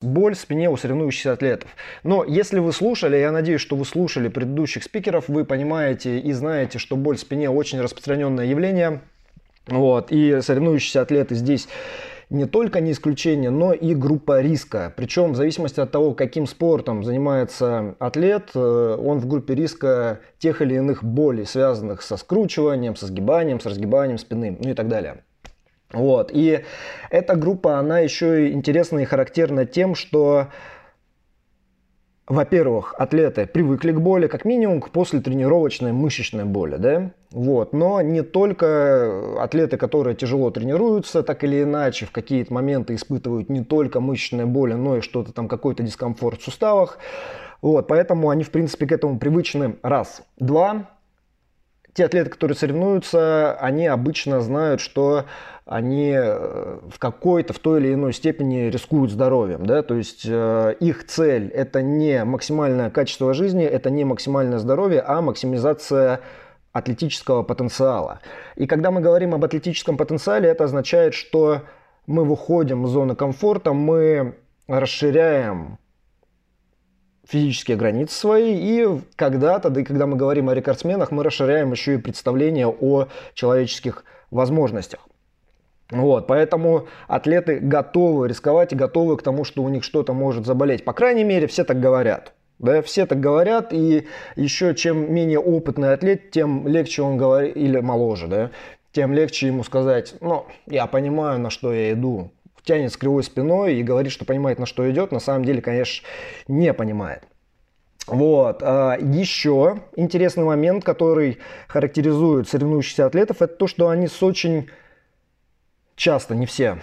боль в спине у соревнующихся атлетов. Но если вы слушали, я надеюсь, что вы слушали предыдущих спикеров, вы понимаете и знаете, что боль в спине очень распространенное явление. Вот, и соревнующиеся атлеты здесь не только не исключение, но и группа риска. Причем в зависимости от того, каким спортом занимается атлет, он в группе риска тех или иных болей, связанных со скручиванием, со сгибанием, с разгибанием спины, ну и так далее. Вот. И эта группа, она еще и интересна и характерна тем, что, во-первых, атлеты привыкли к боли, как минимум к послетренировочной мышечной боли, да? Вот. Но не только атлеты, которые тяжело тренируются, так или иначе, в какие-то моменты испытывают не только мышечные боли, но и что-то там, какой-то дискомфорт в суставах. Вот. Поэтому они, в принципе, к этому привычны. Раз. Два. Те атлеты, которые соревнуются, они обычно знают, что они в какой-то, в той или иной степени рискуют здоровьем. Да? То есть их цель – это не максимальное качество жизни, это не максимальное здоровье, а максимизация атлетического потенциала. И когда мы говорим об атлетическом потенциале, это означает, что мы выходим из зоны комфорта, мы расширяем физические границы свои, и когда-то, да и когда мы говорим о рекордсменах, мы расширяем еще и представление о человеческих возможностях. Вот, поэтому атлеты готовы рисковать и готовы к тому, что у них что-то может заболеть. По крайней мере, все так говорят. Да, все так говорят, и еще чем менее опытный атлет, тем легче он говорит, или моложе, да, тем легче ему сказать, ну, я понимаю, на что я иду. Тянет с кривой спиной и говорит, что понимает, на что идет, на самом деле, конечно, не понимает. Вот. Еще интересный момент, который характеризует соревнующихся атлетов, это то, что они с очень часто, не все,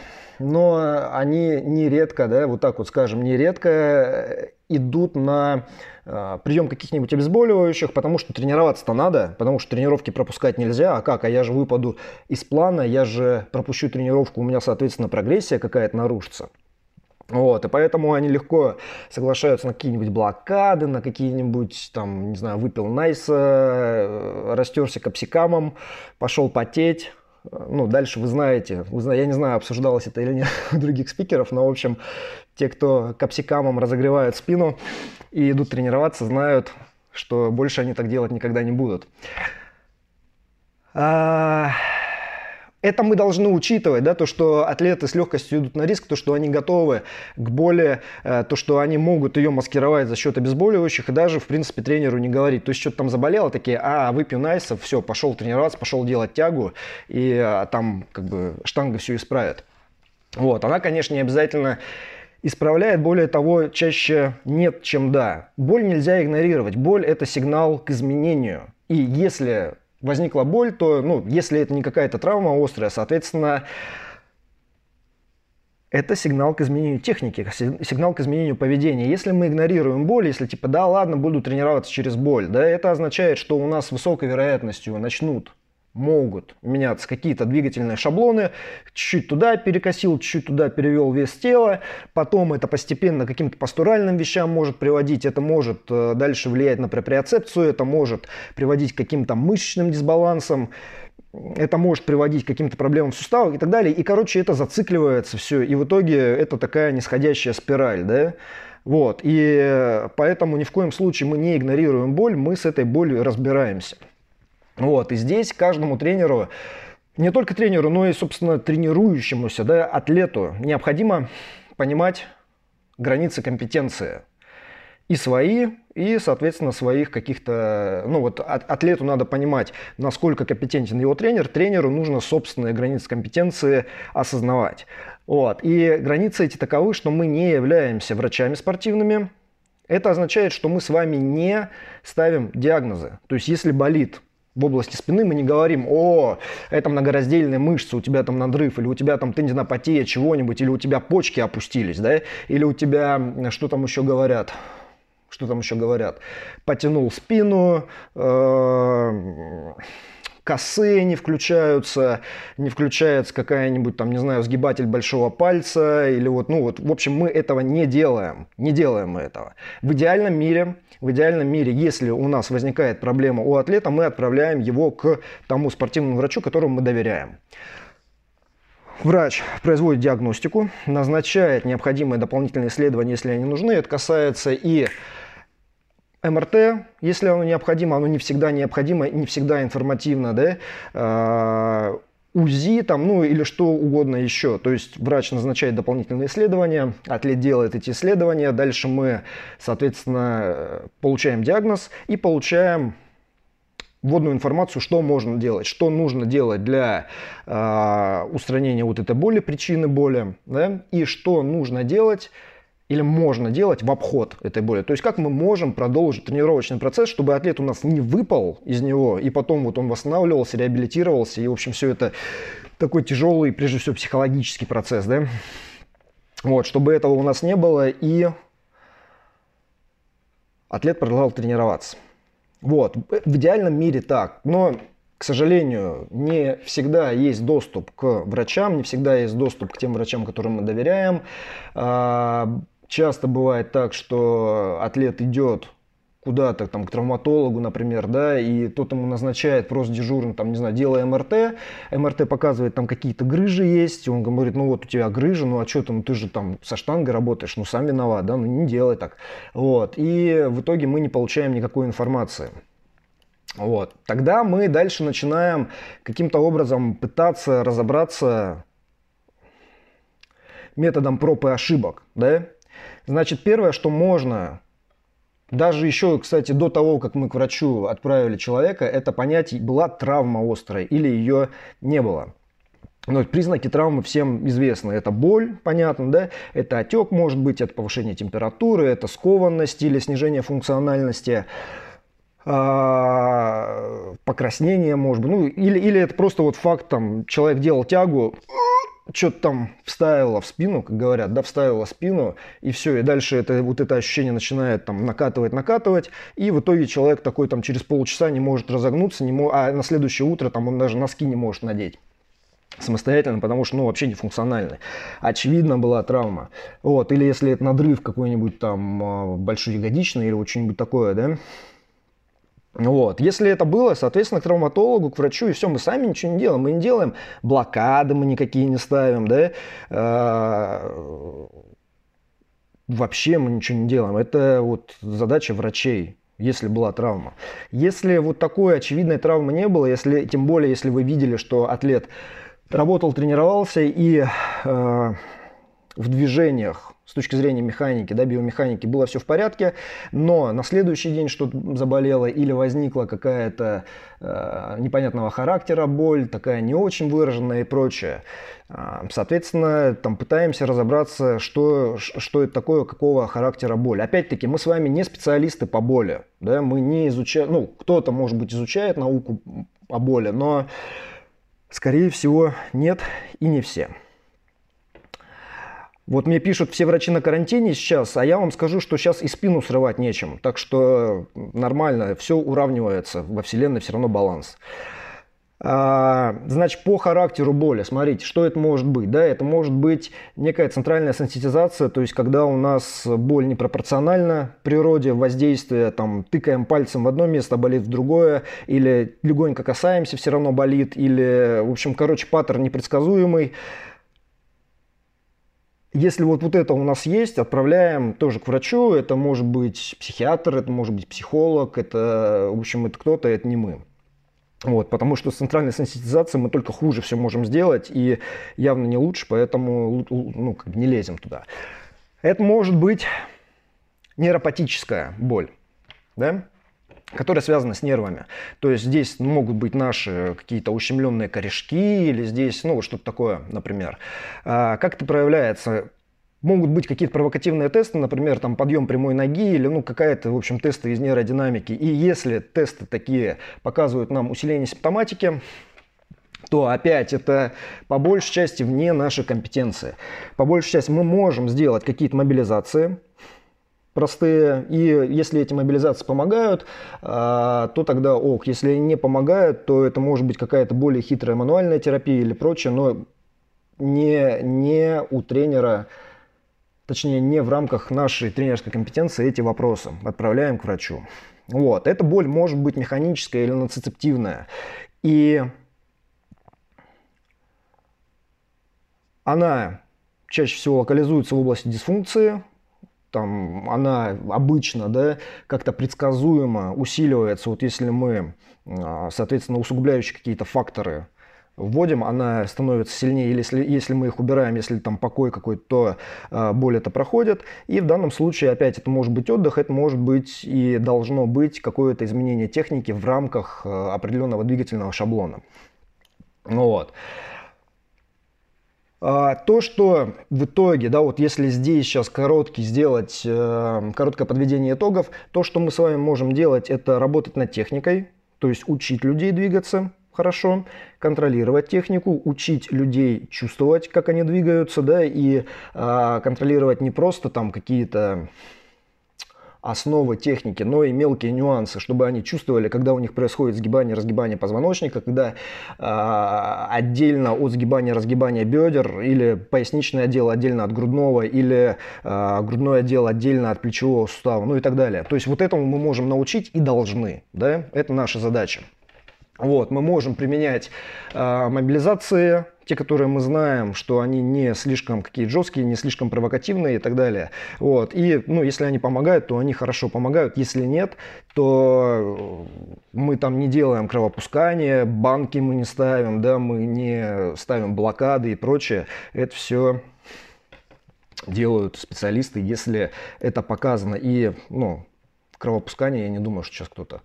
но они нередко, да, вот так вот скажем, нередко идут на прием каких-нибудь обезболивающих, потому что тренироваться-то надо, потому что тренировки пропускать нельзя. А как? А я же выпаду из плана, я же пропущу тренировку, у меня, соответственно, прогрессия какая-то нарушится. Вот, и поэтому они легко соглашаются на какие-нибудь блокады, на какие-нибудь, там, не знаю, выпил найса, растерся капсикамом, пошел потеть. Ну, дальше вы знаете, я не знаю, обсуждалось это или нет у других спикеров, но, в общем, те, кто капсикамом разогревают спину и идут тренироваться, знают, что больше они так делать никогда не будут. Это мы должны учитывать, да, то, что атлеты с легкостью идут на риск, то, что они готовы к боли, то, что они могут ее маскировать за счет обезболивающих, и даже, в принципе, тренеру не говорить. То есть, что-то там заболело, такие, выпью найса, все, пошел тренироваться, пошел делать тягу, и там, как бы, штанга все исправит. Вот, она, конечно, не обязательно исправляет, более того, чаще нет, чем да. Боль нельзя игнорировать, боль – это сигнал к изменению. И если возникла боль, то, ну, если это не какая-то травма острая, соответственно, это сигнал к изменению техники, сигнал к изменению поведения. Если мы игнорируем боль, если типа, да ладно, буду тренироваться через боль, да, это означает, что у нас с высокой вероятностью могут меняться какие-то двигательные шаблоны, чуть-чуть туда перекосил, чуть-чуть туда перевел вес тела, потом это постепенно к каким-то постуральным вещам может приводить, это может дальше влиять на проприоцепцию, это может приводить к каким-то мышечным дисбалансам, это может приводить к каким-то проблемам в суставах и так далее, и, короче, это зацикливается все, и в итоге это такая нисходящая спираль, да. Вот, и поэтому ни в коем случае мы не игнорируем боль, мы с этой болью разбираемся. Вот, и здесь каждому тренеру, не только тренеру, но и, собственно, тренирующемуся, да, атлету необходимо понимать границы компетенции. И свои, и, соответственно, своих каких-то... Ну, вот атлету надо понимать, насколько компетентен его тренер. Тренеру нужно собственные границы компетенции осознавать. Вот, и границы эти таковы, что мы не являемся врачами спортивными. Это означает, что мы с вами не ставим диагнозы. То есть, если болит в области спины, мы не говорим, это многораздельные мышцы, у тебя там надрыв, или у тебя там тендинопатия чего-нибудь, или у тебя почки опустились, да, или у тебя, что там еще говорят, потянул спину, косы не включается какая-нибудь там, не знаю, сгибатель большого пальца, или в общем, мы этого не делаем мы этого. В идеальном мире, если у нас возникает проблема у атлета, мы отправляем его к тому спортивному врачу, которому мы доверяем. Врач производит диагностику, назначает необходимые дополнительные исследования, если они нужны. Это касается и МРТ, если оно необходимо не всегда необходимо, не всегда информативно, да? УЗИ там, ну или что угодно еще. То есть врач назначает дополнительные исследования, атлет делает эти исследования, дальше мы, соответственно, получаем диагноз и получаем вводную информацию, что можно делать, что нужно делать для устранения вот этой боли, причины боли, да? И что нужно делать или можно делать в обход этой боли. То есть как мы можем продолжить тренировочный процесс, чтобы атлет у нас не выпал из него, и потом вот он восстанавливался, реабилитировался, и в общем все это такой тяжелый, прежде всего, психологический процесс, да? Вот, чтобы этого у нас не было, и атлет продолжал тренироваться. Вот, в идеальном мире так, но, к сожалению, не всегда есть доступ к врачам, не всегда есть доступ к тем врачам, которым мы доверяем. Часто бывает так, что атлет идет куда-то там к травматологу, например, да, и тот ему назначает просто дежурно, там, не знаю, делая МРТ, МРТ показывает, там какие-то грыжи есть, и он говорит, ну вот у тебя грыжа, ну а что там, ты же там со штангой работаешь, ну сам виноват, да, ну не делай так, вот, и в итоге мы не получаем никакой информации. Вот. Тогда мы дальше начинаем каким-то образом пытаться разобраться методом проб и ошибок, да. Значит, первое, что можно, даже еще, кстати, до того, как мы к врачу отправили человека, это понять, была травма острая или ее не было. Но признаки травмы всем известны. Это боль, понятно, да? Это отек, может быть, это повышение температуры, это скованность или снижение функциональности, покраснение, может быть. Ну, или это просто вот факт, там, человек делал тягу, что-то там вставило в спину, как говорят, да, вставило в спину, и все, и дальше это, вот это ощущение начинает там накатывать, и в итоге человек такой там через полчаса не может разогнуться, а на следующее утро там он даже носки не может надеть самостоятельно, потому что, ну, вообще не функциональный. Очевидно, была травма. Вот, или если это надрыв какой-нибудь там большой ягодичный или вот что-нибудь такое, да. Вот. Если это было, соответственно, к травматологу, к врачу, и все, мы сами ничего не делаем. Мы не делаем блокады, мы никакие не ставим, да? Вообще мы ничего не делаем. Это вот задача врачей, если была травма. Если вот такой очевидной травмы не было, если, тем более, если вы видели, что атлет работал, тренировался и в движениях, с точки зрения механики, да, биомеханики, было все в порядке, но на следующий день что-то заболело или возникла какая-то непонятного характера боль, такая не очень выраженная и прочее. Соответственно, там пытаемся разобраться, что это такое, какого характера боль. Опять-таки, мы с вами не специалисты по боли, да, мы не изучаем, ну, кто-то, может быть, изучает науку о боли, но, скорее всего, нет и не все. Вот мне пишут, все врачи на карантине сейчас, а я вам скажу, что сейчас и спину срывать нечем. Так что нормально, все уравнивается, во Вселенной все равно баланс. Значит, по характеру боли, смотрите, что это может быть. Да? Это может быть некая центральная сенситизация, то есть когда у нас боль непропорциональна природе воздействия, там, тыкаем пальцем в одно место, болит в другое, или легонько касаемся, все равно болит, или, в общем, короче, паттерн непредсказуемый. Если вот это у нас есть, отправляем тоже к врачу. Это может быть психиатр, это может быть психолог, это, в общем, это кто-то, это не мы. Вот, потому что с центральной сенситизацией мы только хуже все можем сделать и явно не лучше, поэтому ну, как бы не лезем туда. Это может быть нейропатическая боль, да? Которая связана с нервами. То есть здесь могут быть наши какие-то ущемленные корешки или здесь, ну, что-то такое, например. Как это проявляется? Могут быть какие-то провокативные тесты, например, там подъем прямой ноги или, ну, какая-то, в общем, тесты из нейродинамики. И если тесты такие показывают нам усиление симптоматики, то опять это по большей части вне нашей компетенции. По большей части мы можем сделать какие-то мобилизации простые, и если эти мобилизации помогают, то тогда ок. Если не помогают, то это может быть какая-то более хитрая мануальная терапия или прочее, но не у тренера, точнее не в рамках нашей тренерской компетенции эти вопросы. Отправляем к врачу. Вот. Эта боль может быть механическая или ноцицептивная. И Она чаще всего локализуется в области дисфункции. Там она обычно, да, как-то предсказуемо усиливается. Вот если мы, соответственно, усугубляющие какие-то факторы вводим, она становится сильнее, или если мы их убираем, если там покой какой-то, то боль это проходит. И в данном случае опять это может быть отдых, это может быть и должно быть какое-то изменение техники в рамках определенного двигательного шаблона. Вот. То, что в итоге, да, вот если здесь сейчас сделать короткое подведение итогов, то, что мы с вами можем делать, это работать над техникой, то есть учить людей двигаться хорошо, контролировать технику, учить людей чувствовать, как они двигаются, да, и контролировать не просто там какие-то основы техники, но и мелкие нюансы, чтобы они чувствовали, когда у них происходит сгибание, разгибание позвоночника, когда отдельно от сгибания, разгибания бедер, или поясничный отдел отдельно от грудного, или грудной отдел отдельно от плечевого сустава, ну и так далее. То есть вот этому мы можем научить и должны, да, это наша задача. Вот, мы можем применять мобилизации, те, которые мы знаем, что они не слишком какие-то жесткие, не слишком провокативные и так далее. Вот, и ну, если они помогают, то они хорошо помогают. Если нет, то мы там не делаем кровопускание, банки мы не ставим, да, мы не ставим блокады и прочее. Это все делают специалисты, если это показано. И ну, кровопускание, я не думаю, что сейчас кто-то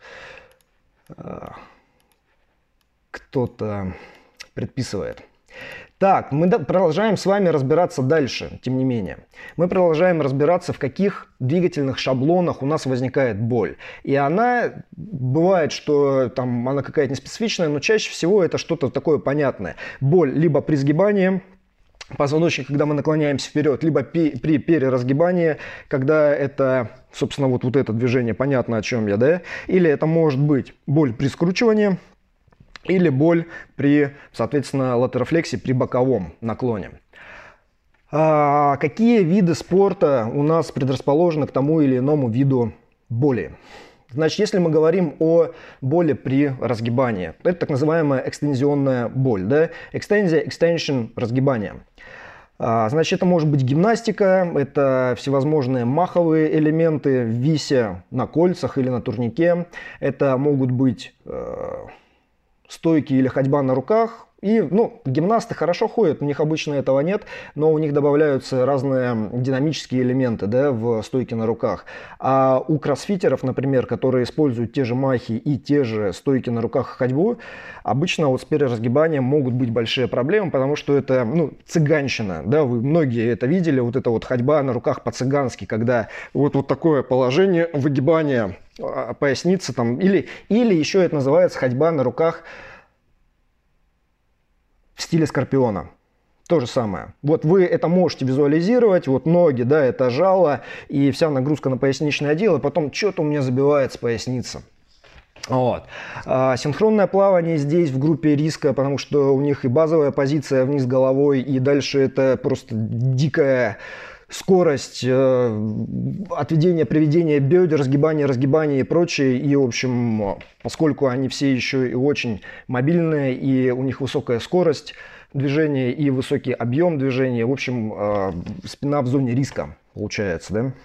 предписывает. Так, мы продолжаем с вами разбираться дальше, тем не менее. Мы продолжаем разбираться, в каких двигательных шаблонах у нас возникает боль. И она, бывает, что там она какая-то неспецифичная, но чаще всего это что-то такое понятное. Боль либо при сгибании позвоночника, когда мы наклоняемся вперед, либо при переразгибании, когда это, собственно, вот это движение, понятно, о чем я, да? Или это может быть боль при скручивании, или боль при, соответственно, латерофлексии при боковом наклоне. Какие виды спорта у нас предрасположены к тому или иному виду боли? Значит, если мы говорим о боли при разгибании, это так называемая экстензионная боль, да? Экстензия, экстеншн, разгибание. Значит, это может быть гимнастика, это всевозможные маховые элементы, вися на кольцах или на турнике. Это могут быть стойки или ходьба на руках. И, ну, гимнасты хорошо ходят, у них обычно этого нет, но у них добавляются разные динамические элементы, да, в стойке на руках. А у кроссфитеров, например, которые используют те же махи и те же стойки на руках и ходьбу, обычно вот с переразгибанием могут быть большие проблемы, потому что это, ну, цыганщина, да, вы многие это видели, вот эта вот ходьба на руках по-цыгански, когда вот такое положение выгибания поясницы там, или еще это называется ходьба на руках в стиле скорпиона. То же самое. Вот вы это можете визуализировать, вот ноги, да, это жало, и вся нагрузка на поясничный отдел, и потом что-то у меня забивается поясница. Вот. Синхронное плавание здесь в группе риска, потому что у них и базовая позиция вниз головой, и дальше это просто дикая скорость, отведение, приведение бедер, разгибание и прочее. И, в общем, поскольку они все еще и очень мобильные, и у них высокая скорость движения и высокий объем движения, в общем, спина в зоне риска получается,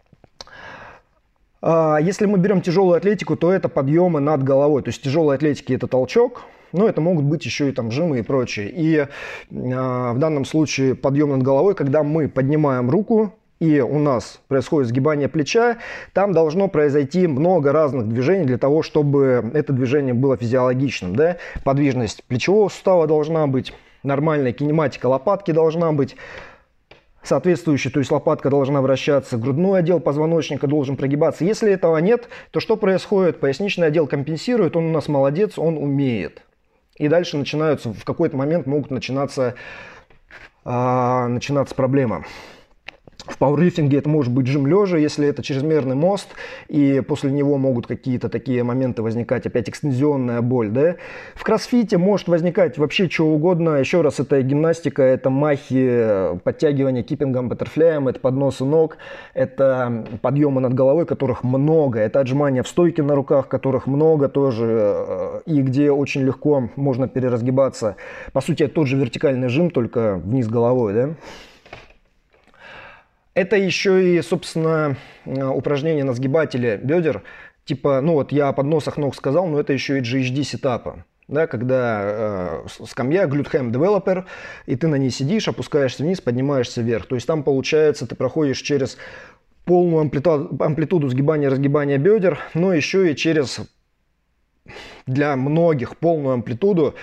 да? Если мы берем тяжелую атлетику, то это подъемы над головой. То есть тяжелая атлетика это толчок, но это могут быть еще и там жимы и прочее. И в данном случае подъем над головой, когда мы поднимаем руку и у нас происходит сгибание плеча, там должно произойти много разных движений для того, чтобы это движение было физиологичным. Да? Подвижность плечевого сустава должна быть, нормальная кинематика лопатки должна быть соответствующая, то есть лопатка должна вращаться, грудной отдел позвоночника должен прогибаться. Если этого нет, то что происходит? Поясничный отдел компенсирует, он у нас молодец, он умеет. И дальше начинаются, в какой-то момент могут начинаться проблемы. В пауэрлифтинге это может быть жим лежа, если это чрезмерный мост, и после него могут какие-то такие моменты возникать, опять экстензионная боль, да. В кроссфите может возникать вообще что угодно. Еще раз, это гимнастика, это махи, подтягивания киппингом, баттерфляем, это подносы ног, это подъемы над головой, которых много, это отжимания в стойке на руках, которых много тоже, и где очень легко можно переразгибаться. По сути, это тот же вертикальный жим, только вниз головой, да. Это еще и, собственно, упражнение на сгибателе бедер. Типа, ну вот я о подносах ног сказал, но это еще и GHD сетапа. Да, когда скамья, glute ham developer, и ты на ней сидишь, опускаешься вниз, поднимаешься вверх. То есть там, получается, ты проходишь через полную амплитуду сгибания-разгибания бедер, но еще и через, для многих, полную амплитуду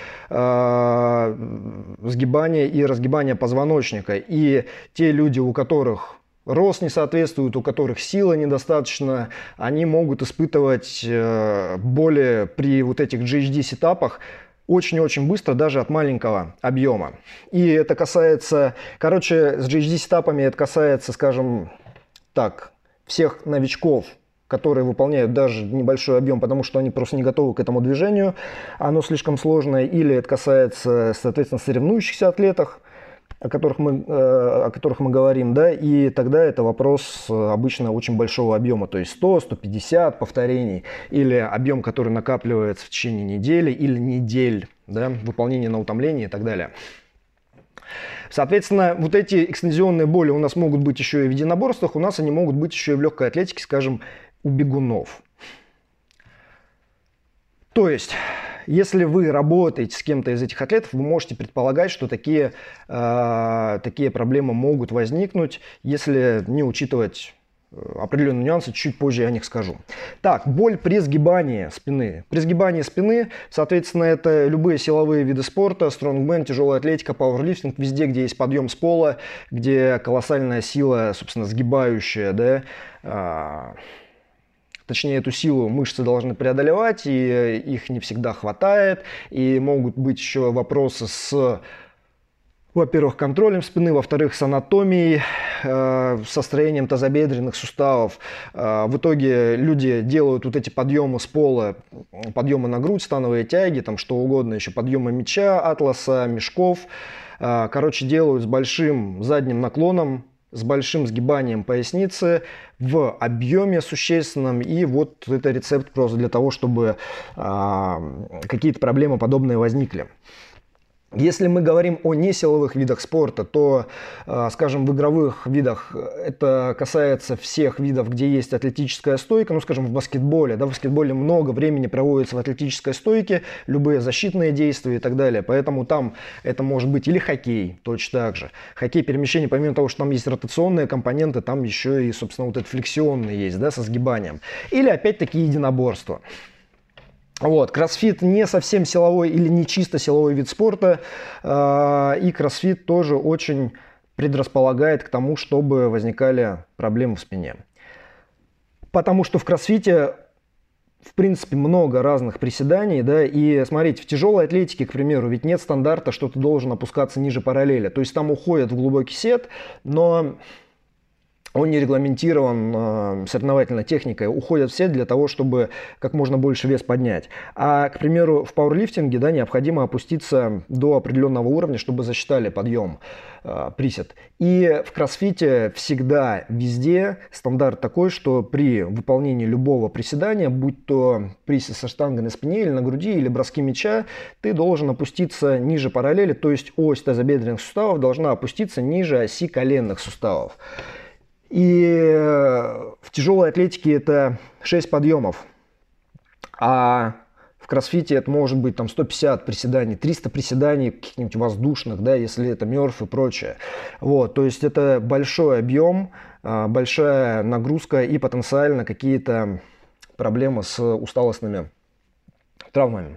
сгибания и разгибания позвоночника. И те люди, у которых рост не соответствует, у которых сила недостаточно, они могут испытывать боли при вот этих GHD-сетапах очень-очень быстро, даже от маленького объема. И это касается, короче, с GHD-сетапами это касается, скажем так, всех новичков, которые выполняют даже небольшой объем, потому что они просто не готовы к этому движению, оно слишком сложное, или это касается, соответственно, соревнующихся атлетов, о которых мы говорим, да, и тогда это вопрос обычно очень большого объема, то есть 100-150 повторений, или объем, который накапливается в течение недели или недель, да, выполнение на утомление и так далее. Соответственно, вот эти экстензионные боли у нас могут быть еще и в единоборствах, у нас они могут быть еще и в легкой атлетике, скажем, у бегунов. То есть, если вы работаете с кем-то из этих атлетов, вы можете предполагать, что такие проблемы могут возникнуть, если не учитывать определенные нюансы, чуть позже я о них скажу. Так, боль при сгибании спины. При сгибании спины, соответственно, это любые силовые виды спорта, стронгмен, тяжелая атлетика, пауэрлифтинг, везде, где есть подъем с пола, где колоссальная сила, собственно, сгибающая, да, точнее, эту силу мышцы должны преодолевать, и их не всегда хватает, и могут быть еще вопросы с, во-первых, контролем спины, во-вторых, с анатомией, со строением тазобедренных суставов. В итоге люди делают вот эти подъемы с пола, подъемы на грудь, становые тяги, там что угодно, еще подъемы мяча, атласа, мешков. Короче, делают с большим задним наклоном, с большим сгибанием поясницы в объеме существенном. И вот это рецепт просто для того, чтобы какие-то проблемы подобные возникли. Если мы говорим о несиловых видах спорта, то, скажем, в игровых видах это касается всех видов, где есть атлетическая стойка. Ну, скажем, в баскетболе. Да, в баскетболе много времени проводится в атлетической стойке, любые защитные действия и так далее. Поэтому там это может быть или хоккей, точно так же. Хоккей, перемещение, помимо того, что там есть ротационные компоненты, там еще и, собственно, вот этот флексионный есть, да, со сгибанием. Или, опять-таки, единоборство. Вот, кроссфит не совсем силовой или не чисто силовой вид спорта, и кроссфит тоже очень предрасполагает к тому, чтобы возникали проблемы в спине. Потому что в кроссфите, в принципе, много разных приседаний, да, и смотрите, в тяжелой атлетике, к примеру, ведь нет стандарта, что ты должен опускаться ниже параллели, то есть там уходят в глубокий сет, но он не регламентирован соревновательной техникой, уходят все для того, чтобы как можно больше вес поднять. А, к примеру, в пауэрлифтинге, да, необходимо опуститься до определенного уровня, чтобы засчитали подъем, присед. И в кроссфите всегда, везде стандарт такой, что при выполнении любого приседания, будь то присед со штангой на спине или на груди, или броски мяча, ты должен опуститься ниже параллели, то есть ось тазобедренных суставов должна опуститься ниже оси коленных суставов. И в тяжелой атлетике это 6 подъемов, а в кроссфите это может быть там 150 приседаний, 300 приседаний каких-нибудь воздушных, да, если это мёрф и прочее. Вот, то есть это большой объем, большая нагрузка и потенциально какие-то проблемы с усталостными травмами.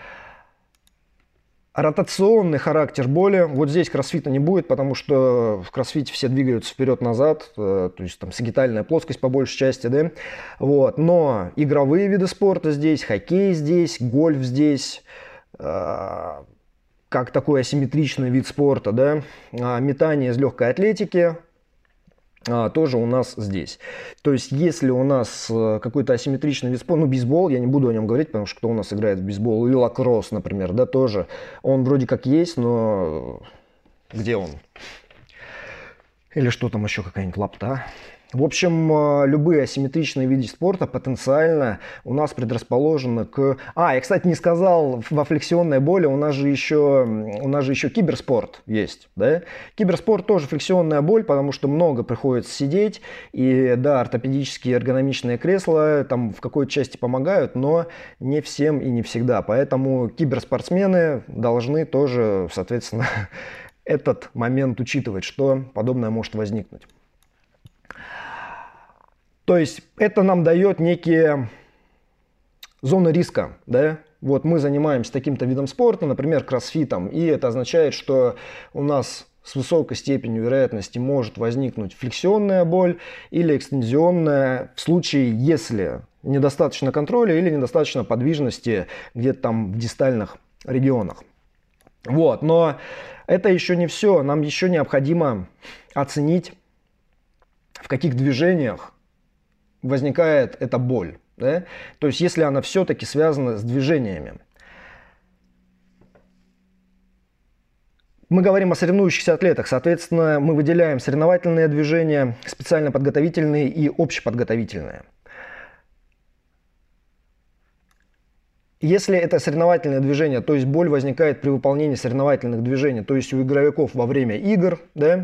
Ротационный характер боли. Вот здесь кроссфита не будет, потому что в кроссфите все двигаются вперед-назад, то есть там сагитальная плоскость по большей части, да. Вот. Но игровые виды спорта здесь, хоккей здесь, гольф здесь, как такой асимметричный вид спорта, да. Метание из легкой атлетики, тоже у нас здесь. То есть, если у нас какой-то асимметричный вид спорта, ну, бейсбол, я не буду о нем говорить, потому что кто у нас играет в бейсбол, или лакросс, например, да, тоже, он вроде как есть, но где он? Или что там еще, какая-нибудь лапта? В общем, любые асимметричные виды спорта потенциально у нас предрасположены к... я, кстати, не сказал, во флексионной боли у нас же еще киберспорт есть. Да? Киберспорт тоже флексионная боль, потому что много приходится сидеть. И да, ортопедические эргономичные кресла там в какой-то части помогают, но не всем и не всегда. Поэтому киберспортсмены должны тоже, соответственно, этот момент учитывать, что подобное может возникнуть. То есть это нам дает некие зоны риска, да? Вот мы занимаемся таким-то видом спорта, например, кроссфитом, и это означает, что у нас с высокой степенью вероятности может возникнуть флексионная боль или экстензионная в случае, если недостаточно контроля или недостаточно подвижности где-то там в дистальных регионах. Вот, но это еще не все. Нам еще необходимо оценить, в каких движениях возникает эта боль. Да? То есть, если она все-таки связана с движениями. Мы говорим о соревнующихся атлетах. Соответственно, мы выделяем соревновательные движения, специально подготовительные и общеподготовительные. Если это соревновательное движение, то есть боль возникает при выполнении соревновательных движений, то есть у игровиков во время игр, да,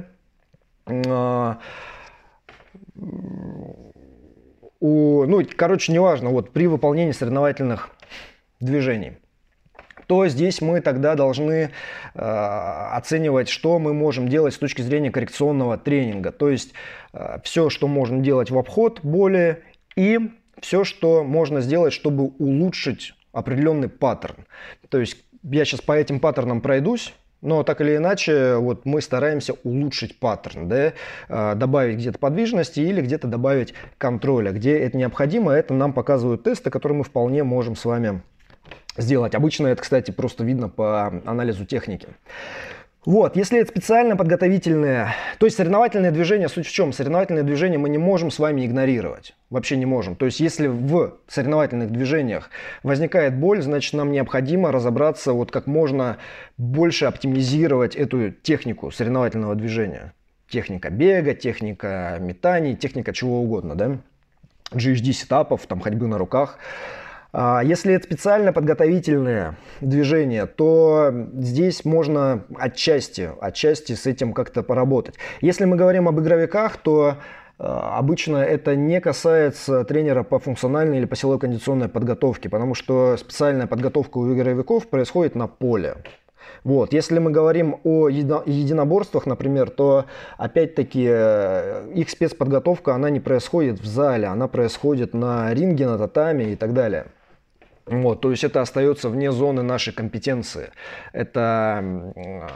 неважно, вот при выполнении соревновательных движений, то здесь мы тогда должны оценивать, что мы можем делать с точки зрения коррекционного тренинга. То есть все, что можно делать в обход боли, и все, что можно сделать, чтобы улучшить определенный паттерн. То есть я сейчас по этим паттернам пройдусь, но так или иначе вот мы стараемся улучшить паттерн, да? Добавить где-то подвижности или где-то добавить контроля. Где это необходимо, это нам показывают тесты, которые мы вполне можем с вами сделать. Обычно это, кстати, просто видно по анализу техники. Вот, если это специально подготовительное, то есть соревновательное движение, суть в чем? Соревновательное движение мы не можем с вами игнорировать. Вообще не можем. То есть если в соревновательных движениях возникает боль, значит нам необходимо разобраться, вот как можно больше оптимизировать эту технику соревновательного движения. Техника бега, техника метаний, техника чего угодно, да? GHD сетапов, там ходьбы на руках. Если это специально подготовительные движения, то здесь можно отчасти с этим как-то поработать. Если мы говорим об игровиках, то обычно это не касается тренера по функциональной или по силовой кондиционной подготовке, потому что специальная подготовка у игровиков происходит на поле. Вот. Если мы говорим о единоборствах, например, то опять-таки их спецподготовка, она не происходит в зале, она происходит на ринге, на татами и так далее. Вот, то есть это остается вне зоны нашей компетенции. Это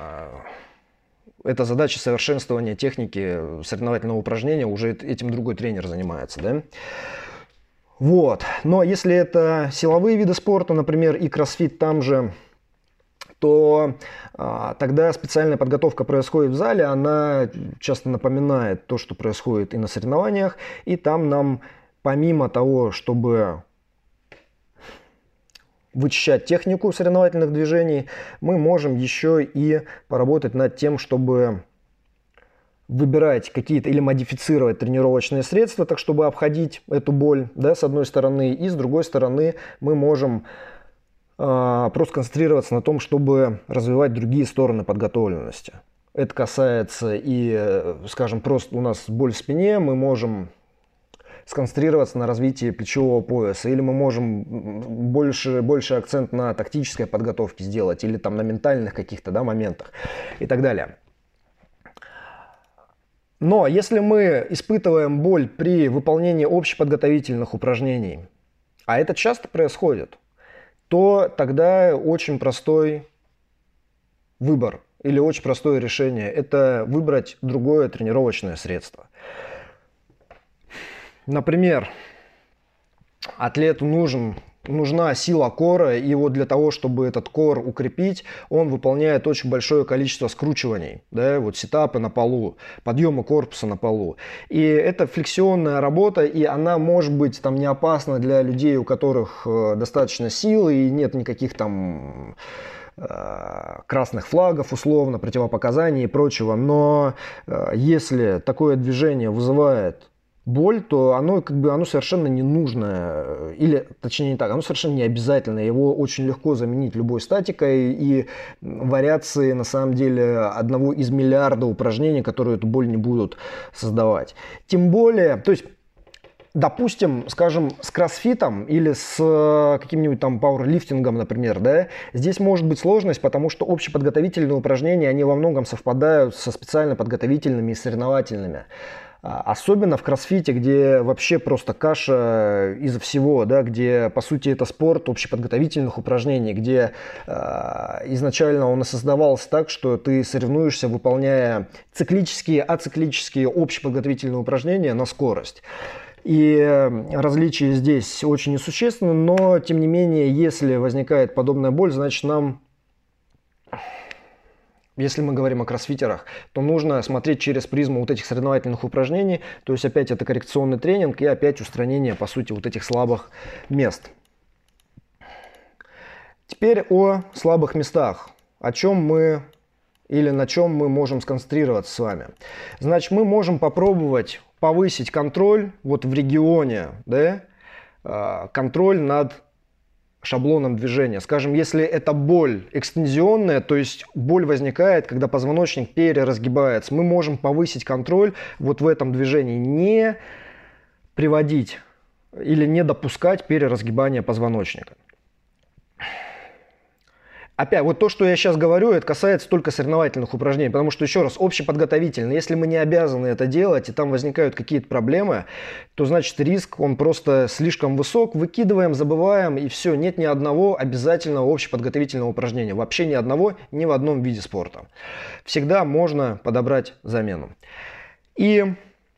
задача совершенствования техники соревновательного упражнения, уже этим другой тренер занимается. Да? Вот. Но если это силовые виды спорта, например, и кроссфит там же, то тогда специальная подготовка происходит в зале, она часто напоминает то, что происходит и на соревнованиях, и там нам помимо того, чтобы вычищать технику соревновательных движений, мы можем еще и поработать над тем, чтобы выбирать какие-то или модифицировать тренировочные средства, так чтобы обходить эту боль, да, с одной стороны, и с другой стороны мы можем просто концентрироваться на том, чтобы развивать другие стороны подготовленности. Это касается и, скажем, просто у нас боль в спине, мы можем сконцентрироваться на развитии плечевого пояса, или мы можем больше акцент на тактической подготовке сделать, или там на ментальных каких-то, да, моментах и так далее. Но если мы испытываем боль при выполнении общеподготовительных упражнений, а это часто происходит, то тогда очень простой выбор или очень простое решение – это выбрать другое тренировочное средство. Например, атлету нужен нужна сила кора, и вот для того, чтобы этот кор укрепить, он выполняет очень большое количество скручиваний, да, вот сетапы на полу, подъемы корпуса на полу. И это флексионная работа, и она может быть там не опасна для людей, у которых достаточно силы и нет никаких там красных флагов, условно, противопоказаний и прочего. Но если такое движение вызывает боль, то оно оно совершенно не нужно, или точнее не так, оно совершенно не обязательно, его очень легко заменить любой статикой и вариации на самом деле одного из миллиарда упражнений, которые эту боль не будут создавать. Тем более, то есть допустим, скажем, с кроссфитом или с каким-нибудь там пауэрлифтингом, например, да, здесь может быть сложность, потому что общеподготовительные упражнения, они во многом совпадают со специально подготовительными и соревновательными. Особенно в кроссфите, где вообще просто каша из всего, да, где, по сути, это спорт общеподготовительных упражнений, где изначально он и создавался так, что ты соревнуешься, выполняя циклические, ациклические общеподготовительные упражнения на скорость. И различия здесь очень несущественны, но, тем не менее, если возникает подобная боль, значит, нам... Если мы говорим о кроссфитерах, то нужно смотреть через призму вот этих соревновательных упражнений. То есть опять это коррекционный тренинг и опять устранение, по сути, вот этих слабых мест. Теперь о слабых местах. О чем мы или на чем мы можем сконцентрироваться с вами. Значит, мы можем попробовать повысить контроль вот в регионе, да, контроль над шаблоном движения. Скажем, если это боль экстензионная, то есть боль возникает, когда позвоночник переразгибается, мы можем повысить контроль вот в этом движении, не приводить или не допускать переразгибания позвоночника. Опять, вот то, что я сейчас говорю, это касается только соревновательных упражнений, потому что, еще раз, общеподготовительно, если мы не обязаны это делать, и там возникают какие-то проблемы, то, значит, риск, он просто слишком высок, выкидываем, забываем, и все, нет ни одного обязательного общеподготовительного упражнения, вообще ни одного, ни в одном виде спорта. Всегда можно подобрать замену. И...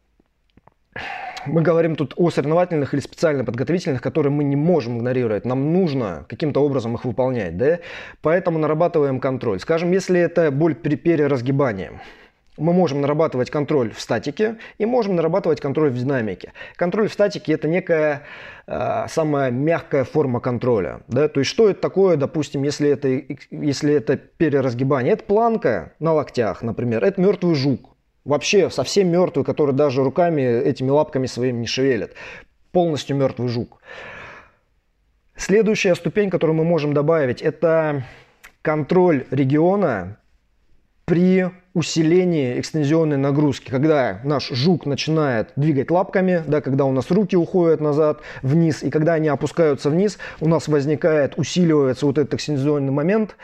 мы говорим тут о соревновательных или специально подготовительных, которые мы не можем игнорировать. Нам нужно каким-то образом их выполнять, да? Поэтому нарабатываем контроль. Скажем, если это боль при переразгибании, мы можем нарабатывать контроль в статике и можем нарабатывать контроль в динамике. Контроль в статике – это некая самая мягкая форма контроля. Да? То есть что это такое, допустим, если это переразгибание? Это планка на локтях, например, это мертвый жук. Вообще совсем мертвый, который даже руками, этими лапками своими не шевелит. Полностью мертвый жук. Следующая ступень, которую мы можем добавить, это контроль региона при усилении экстензионной нагрузки. Когда наш жук начинает двигать лапками, да, когда у нас руки уходят назад, вниз, и когда они опускаются вниз, у нас усиливается вот этот экстензионный момент.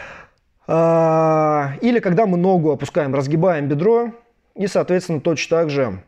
Или когда мы ногу опускаем, разгибаем бедро, и, соответственно, точно так же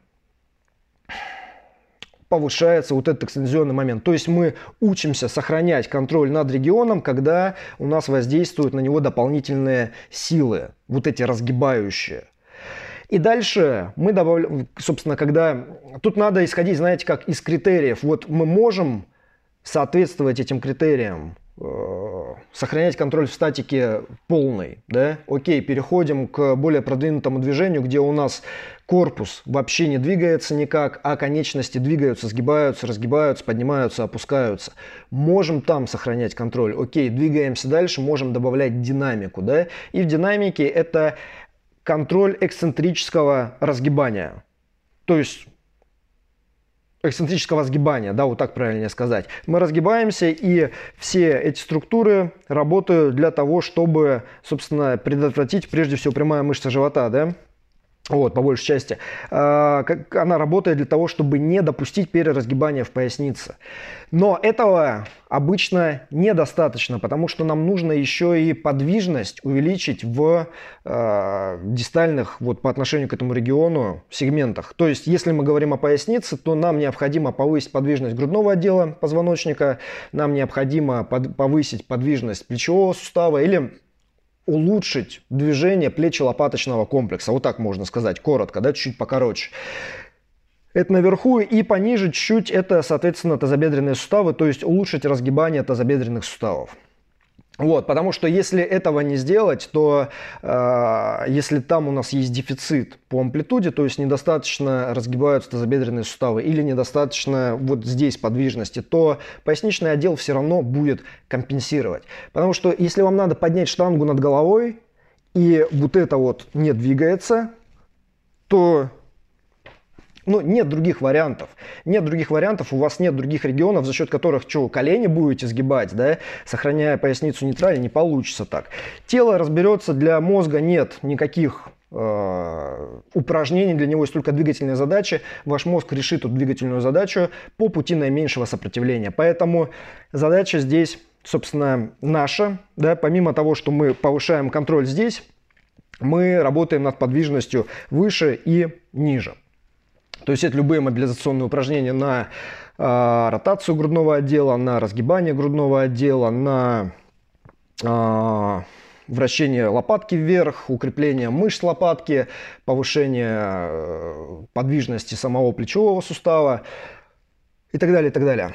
повышается вот этот экстензионный момент. То есть мы учимся сохранять контроль над регионом, когда у нас воздействуют на него дополнительные силы, вот эти разгибающие. И дальше мы добавляем, собственно, когда... Тут надо исходить, знаете, как из критериев. Вот мы можем соответствовать этим критериям, сохранять контроль в статике полный, да? Окей, переходим к более продвинутому движению, где у нас корпус вообще не двигается никак, а конечности двигаются, сгибаются, разгибаются, поднимаются, опускаются. Можем там сохранять контроль. Окей, двигаемся дальше, можем добавлять динамику, да? И в динамике это контроль эксцентрического разгибания. То есть эксцентрического сгибания, да, вот так правильнее сказать. Мы разгибаемся, и все эти структуры работают для того, чтобы, собственно, предотвратить, прежде всего, прямая мышца живота, да, вот, по большей части. Она работает для того, чтобы не допустить переразгибания в пояснице. Но этого обычно недостаточно, потому что нам нужно еще и подвижность увеличить в дистальных, вот по отношению к этому региону, сегментах. То есть, если мы говорим о пояснице, то нам необходимо повысить подвижность грудного отдела позвоночника, нам необходимо повысить подвижность плечевого сустава или улучшить движение плечо-лопаточного комплекса. Вот так можно сказать, коротко, да, чуть покороче. Это наверху, и пониже чуть-чуть это, соответственно, тазобедренные суставы, то есть улучшить разгибание тазобедренных суставов. Вот, потому что если этого не сделать, то если там у нас есть дефицит по амплитуде, то есть недостаточно разгибаются тазобедренные суставы или недостаточно вот здесь подвижности, то поясничный отдел все равно будет компенсировать. Потому что если вам надо поднять штангу над головой, и вот это вот не двигается, то... Ну, нет других вариантов. Нет других вариантов, у вас нет других регионов, за счет которых что, колени будете сгибать, да, сохраняя поясницу нейтрально, не получится так. Тело разберется, для мозга нет никаких упражнений, для него есть только двигательные задачи. Ваш мозг решит эту двигательную задачу по пути наименьшего сопротивления. Поэтому задача здесь, собственно, наша, да, помимо того, что мы повышаем контроль здесь, мы работаем над подвижностью выше и ниже. То есть это любые мобилизационные упражнения на ротацию грудного отдела, на разгибание грудного отдела, на вращение лопатки вверх, укрепление мышц лопатки, повышение подвижности самого плечевого сустава и так далее, и так далее.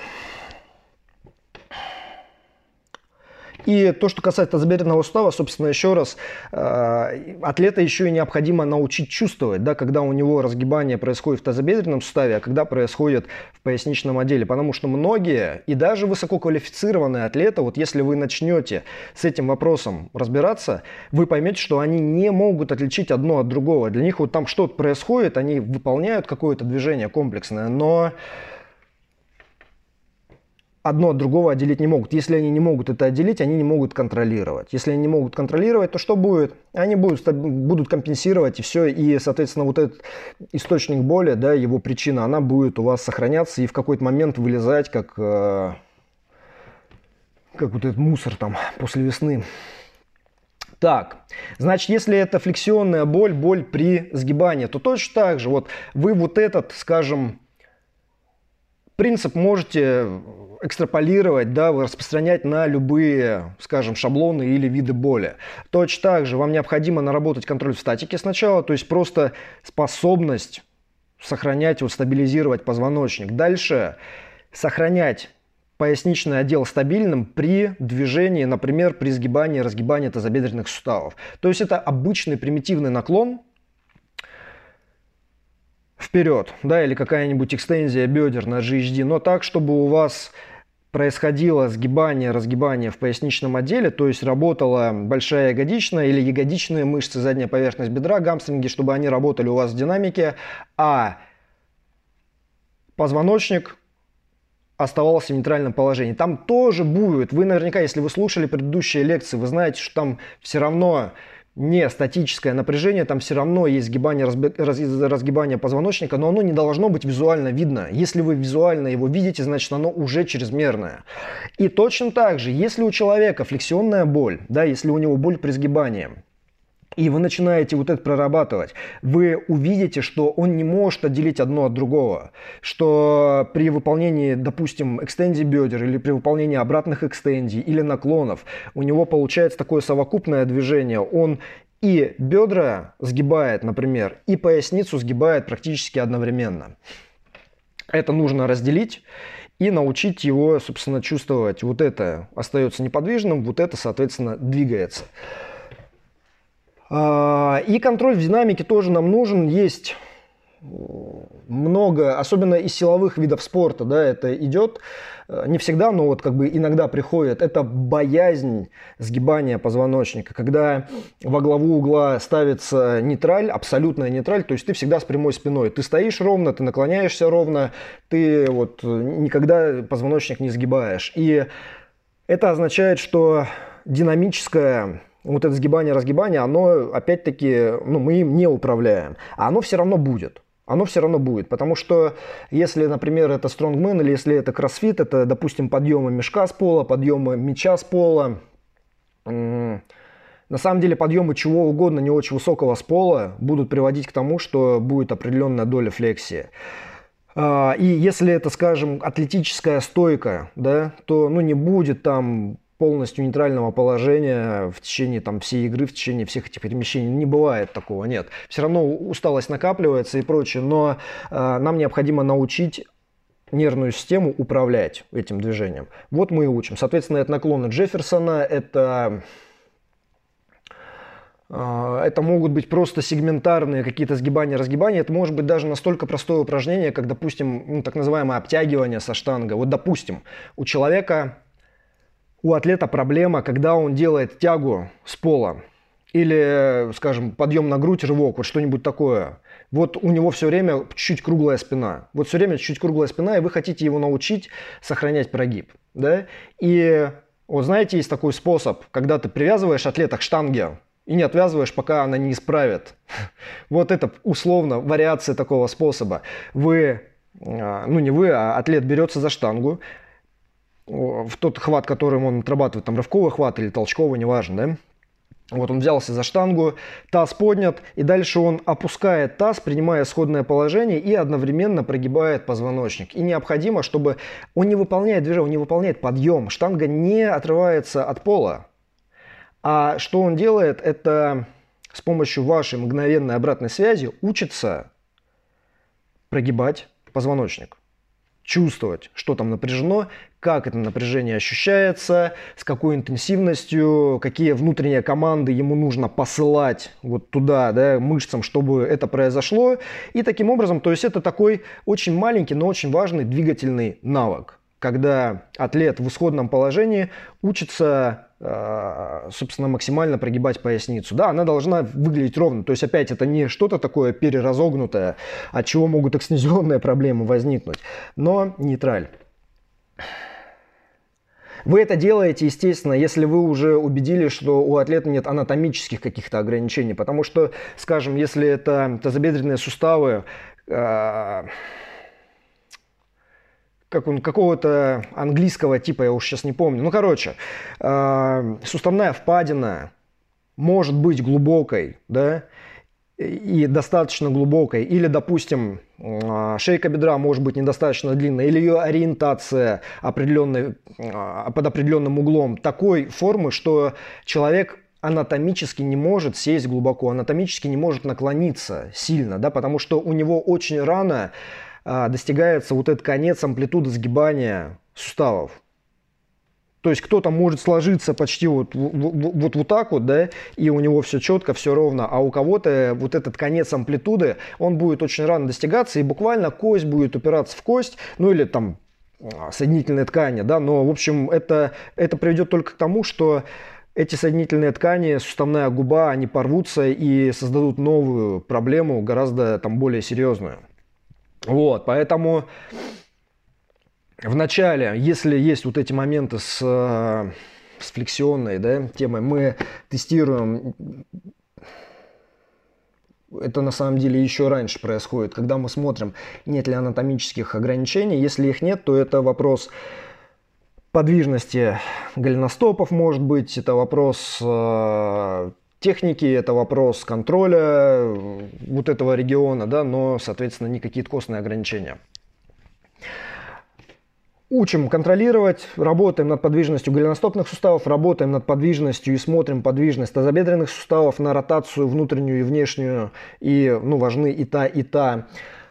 И то, что касается тазобедренного сустава, собственно, еще раз, атлета еще и необходимо научить чувствовать, да, когда у него разгибание происходит в тазобедренном суставе, а когда происходит в поясничном отделе. Потому что многие, и даже высококвалифицированные атлеты, вот если вы начнете с этим вопросом разбираться, вы поймете, что они не могут отличить одно от другого. Для них вот там что-то происходит, они выполняют какое-то движение комплексное, но... одно от другого отделить не могут. Если они не могут это отделить, они не могут контролировать. Если они не могут контролировать, то что будет? Они будут компенсировать, и все. И, соответственно, вот этот источник боли, да, его причина, она будет у вас сохраняться и в какой-то момент вылезать, как вот этот мусор там после весны. Так, значит, если это флексионная боль, боль при сгибании, то точно так же. Вот вы вот этот, скажем, принцип можете экстраполировать, да, распространять на любые, скажем, шаблоны или виды боли. Точно так же вам необходимо наработать контроль в статике сначала, то есть просто способность сохранять, вот, стабилизировать позвоночник. Дальше сохранять поясничный отдел стабильным при движении, например, при сгибании и разгибании тазобедренных суставов. То есть это обычный примитивный наклон вперед, да, или какая-нибудь экстензия бедер на GHD, но так, чтобы у вас происходило сгибание, разгибание в поясничном отделе, то есть работала большая ягодичная или ягодичные мышцы, задняя поверхность бедра, гамстринги, чтобы они работали у вас в динамике, а позвоночник оставался в нейтральном положении. Там тоже будет, вы наверняка, если вы слушали предыдущие лекции, вы знаете, что там все равно не статическое напряжение, там все равно есть сгибание, разгибание позвоночника, но оно не должно быть визуально видно. Если вы визуально его видите, значит оно уже чрезмерное. И точно так же, если у человека флексионная боль, да, если у него боль при сгибании, и вы начинаете вот это прорабатывать, вы увидите, что он не может отделить одно от другого. Что при выполнении, допустим, экстензий бедер или при выполнении обратных экстензий или наклонов, у него получается такое совокупное движение. Он и бедра сгибает, например, и поясницу сгибает практически одновременно. Это нужно разделить и научить его, собственно, чувствовать. Вот это остается неподвижным, вот это, соответственно, двигается. И контроль в динамике тоже нам нужен. Есть много, особенно из силовых видов спорта, да, это идет. Не всегда, но вот как бы иногда приходит. Это боязнь сгибания позвоночника. Когда во главу угла ставится нейтраль, абсолютная нейтраль, то есть ты всегда с прямой спиной. Ты стоишь ровно, ты наклоняешься ровно, ты вот никогда позвоночник не сгибаешь. И это означает, что динамическое вот это сгибание-разгибание, оно опять-таки, ну, мы им не управляем. А оно все равно будет. Оно все равно будет. Потому что если, например, это стронгмен или если это кроссфит, это, допустим, подъемы мешка с пола, подъемы мяча с пола. На самом деле подъемы чего угодно, не очень высокого с пола, будут приводить к тому, что будет определенная доля флексии. И если это, скажем, атлетическая стойка, да, то ну, не будет там полностью нейтрального положения в течение там всей игры, в течение всех этих перемещений. Не бывает такого, нет. Все равно усталость накапливается и прочее, но нам необходимо научить нервную систему управлять этим движением. Вот мы и учим. Соответственно, это наклоны Джефферсона, это могут быть просто сегментарные какие-то сгибания, разгибания. Это может быть даже настолько простое упражнение, как, допустим, так называемое обтягивание со штангой. Вот, допустим, у атлета проблема, когда он делает тягу с пола или, скажем, подъем на грудь, рывок, вот что-нибудь такое. Вот у него все время чуть-чуть круглая спина. Вот все время чуть-чуть круглая спина, и вы хотите его научить сохранять прогиб. Да? И вот знаете, есть такой способ, когда ты привязываешь атлета к штанге, и не отвязываешь, пока она не исправит. Вот это условно вариация такого способа. Не вы, а атлет берется за штангу, в тот хват, которым он отрабатывает, там рывковый хват или толчковый, неважно, да? Вот он взялся за штангу, таз поднят, и дальше он опускает таз, принимая исходное положение и одновременно прогибает позвоночник. И необходимо, чтобы он не выполняет движение, он не выполняет подъем. Штанга не отрывается от пола. А что он делает, это с помощью вашей мгновенной обратной связи учится прогибать позвоночник. Чувствовать, что там напряжено, как это напряжение ощущается, с какой интенсивностью, какие внутренние команды ему нужно посылать вот туда, да, мышцам, чтобы это произошло. И таким образом, то есть это такой очень маленький, но очень важный двигательный навык, когда атлет в исходном положении учится, собственно, максимально прогибать поясницу. Да, она должна выглядеть ровно. То есть, опять, это не что-то такое переразогнутое, от чего могут экстензионные проблемы возникнуть, но нейтраль. Вы это делаете, естественно, если вы уже убедились, что у атлета нет анатомических каких-то ограничений. Потому что, скажем, если это тазобедренные суставы, какого-то английского типа, я уж сейчас не помню. Суставная впадина может быть глубокой, да, и достаточно глубокой. Или, допустим, шейка бедра может быть недостаточно длинной, или ее ориентация под определенным углом такой формы, что человек анатомически не может сесть глубоко, анатомически не может наклониться сильно, да, потому что у него очень рано достигается вот этот конец амплитуды сгибания суставов. То есть кто-то может сложиться почти вот так вот, да, и у него все четко, все ровно, а у кого-то вот этот конец амплитуды, он будет очень рано достигаться, и буквально кость будет упираться в кость, ну или там соединительные ткани, да, но в общем это приведет только к тому, что эти соединительные ткани, суставная губа, они порвутся и создадут новую проблему, гораздо там более серьезную. Вот, поэтому в начале, если есть вот эти моменты с флексионной, да, темой, мы тестируем, это на самом деле еще раньше происходит, когда мы смотрим, нет ли анатомических ограничений. Если их нет, то это вопрос подвижности голеностопов, может быть, это вопрос техники, это вопрос контроля вот этого региона, да, но, соответственно, не какие-то костные ограничения. Учим контролировать, работаем над подвижностью голеностопных суставов, работаем над подвижностью и смотрим подвижность тазобедренных суставов на ротацию внутреннюю и внешнюю, и важны и та, и та.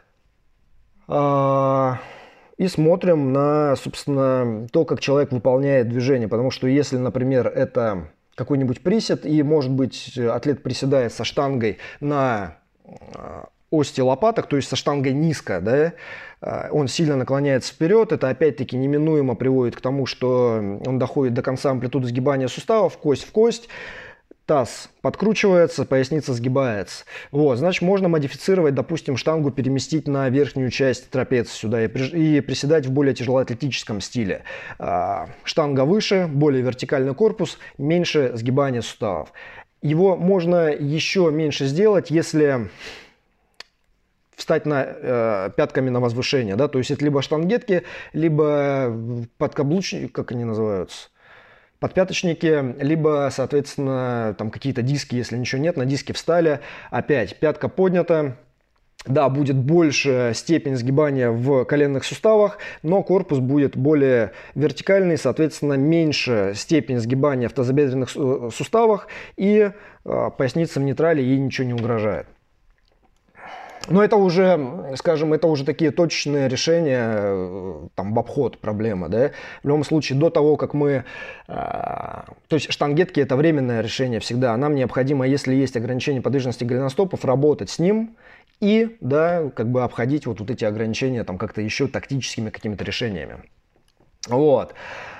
И смотрим на, собственно, то, как человек выполняет движение, потому что если, например, это какой-нибудь присед, и, может быть, атлет приседает со штангой на ости лопаток, то есть со штангой низко, да, он сильно наклоняется вперед, это опять-таки неминуемо приводит к тому, что он доходит до конца амплитуды сгибания суставов, кость в кость, таз подкручивается, поясница сгибается. Вот, значит, можно модифицировать, допустим, штангу переместить на верхнюю часть трапеции сюда и приседать в более тяжелоатлетическом стиле. Штанга выше, более вертикальный корпус, меньше сгибания суставов. Его можно еще меньше сделать, если встать пятками на возвышение, да, то есть это либо штангетки, либо подкаблучники, как они называются, подпяточники, либо, соответственно, там какие-то диски, если ничего нет, на диски встали, опять пятка поднята, Да, будет больше степень сгибания в коленных суставах, но корпус будет более вертикальный, соответственно, меньше степень сгибания в тазобедренных суставах, и поясница в нейтрале ей ничего не угрожает. Но это уже, скажем, это уже такие точечные решения там, в обход проблемы. Да? В любом случае, до того, как мы... То есть штангетки – это временное решение всегда. Нам необходимо, если есть ограничение подвижности голеностопов, работать с ним и, да, как бы обходить вот эти ограничения там, как-то еще тактическими какими-то решениями. Вот.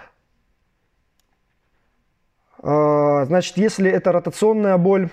Значит, если это ротационная боль,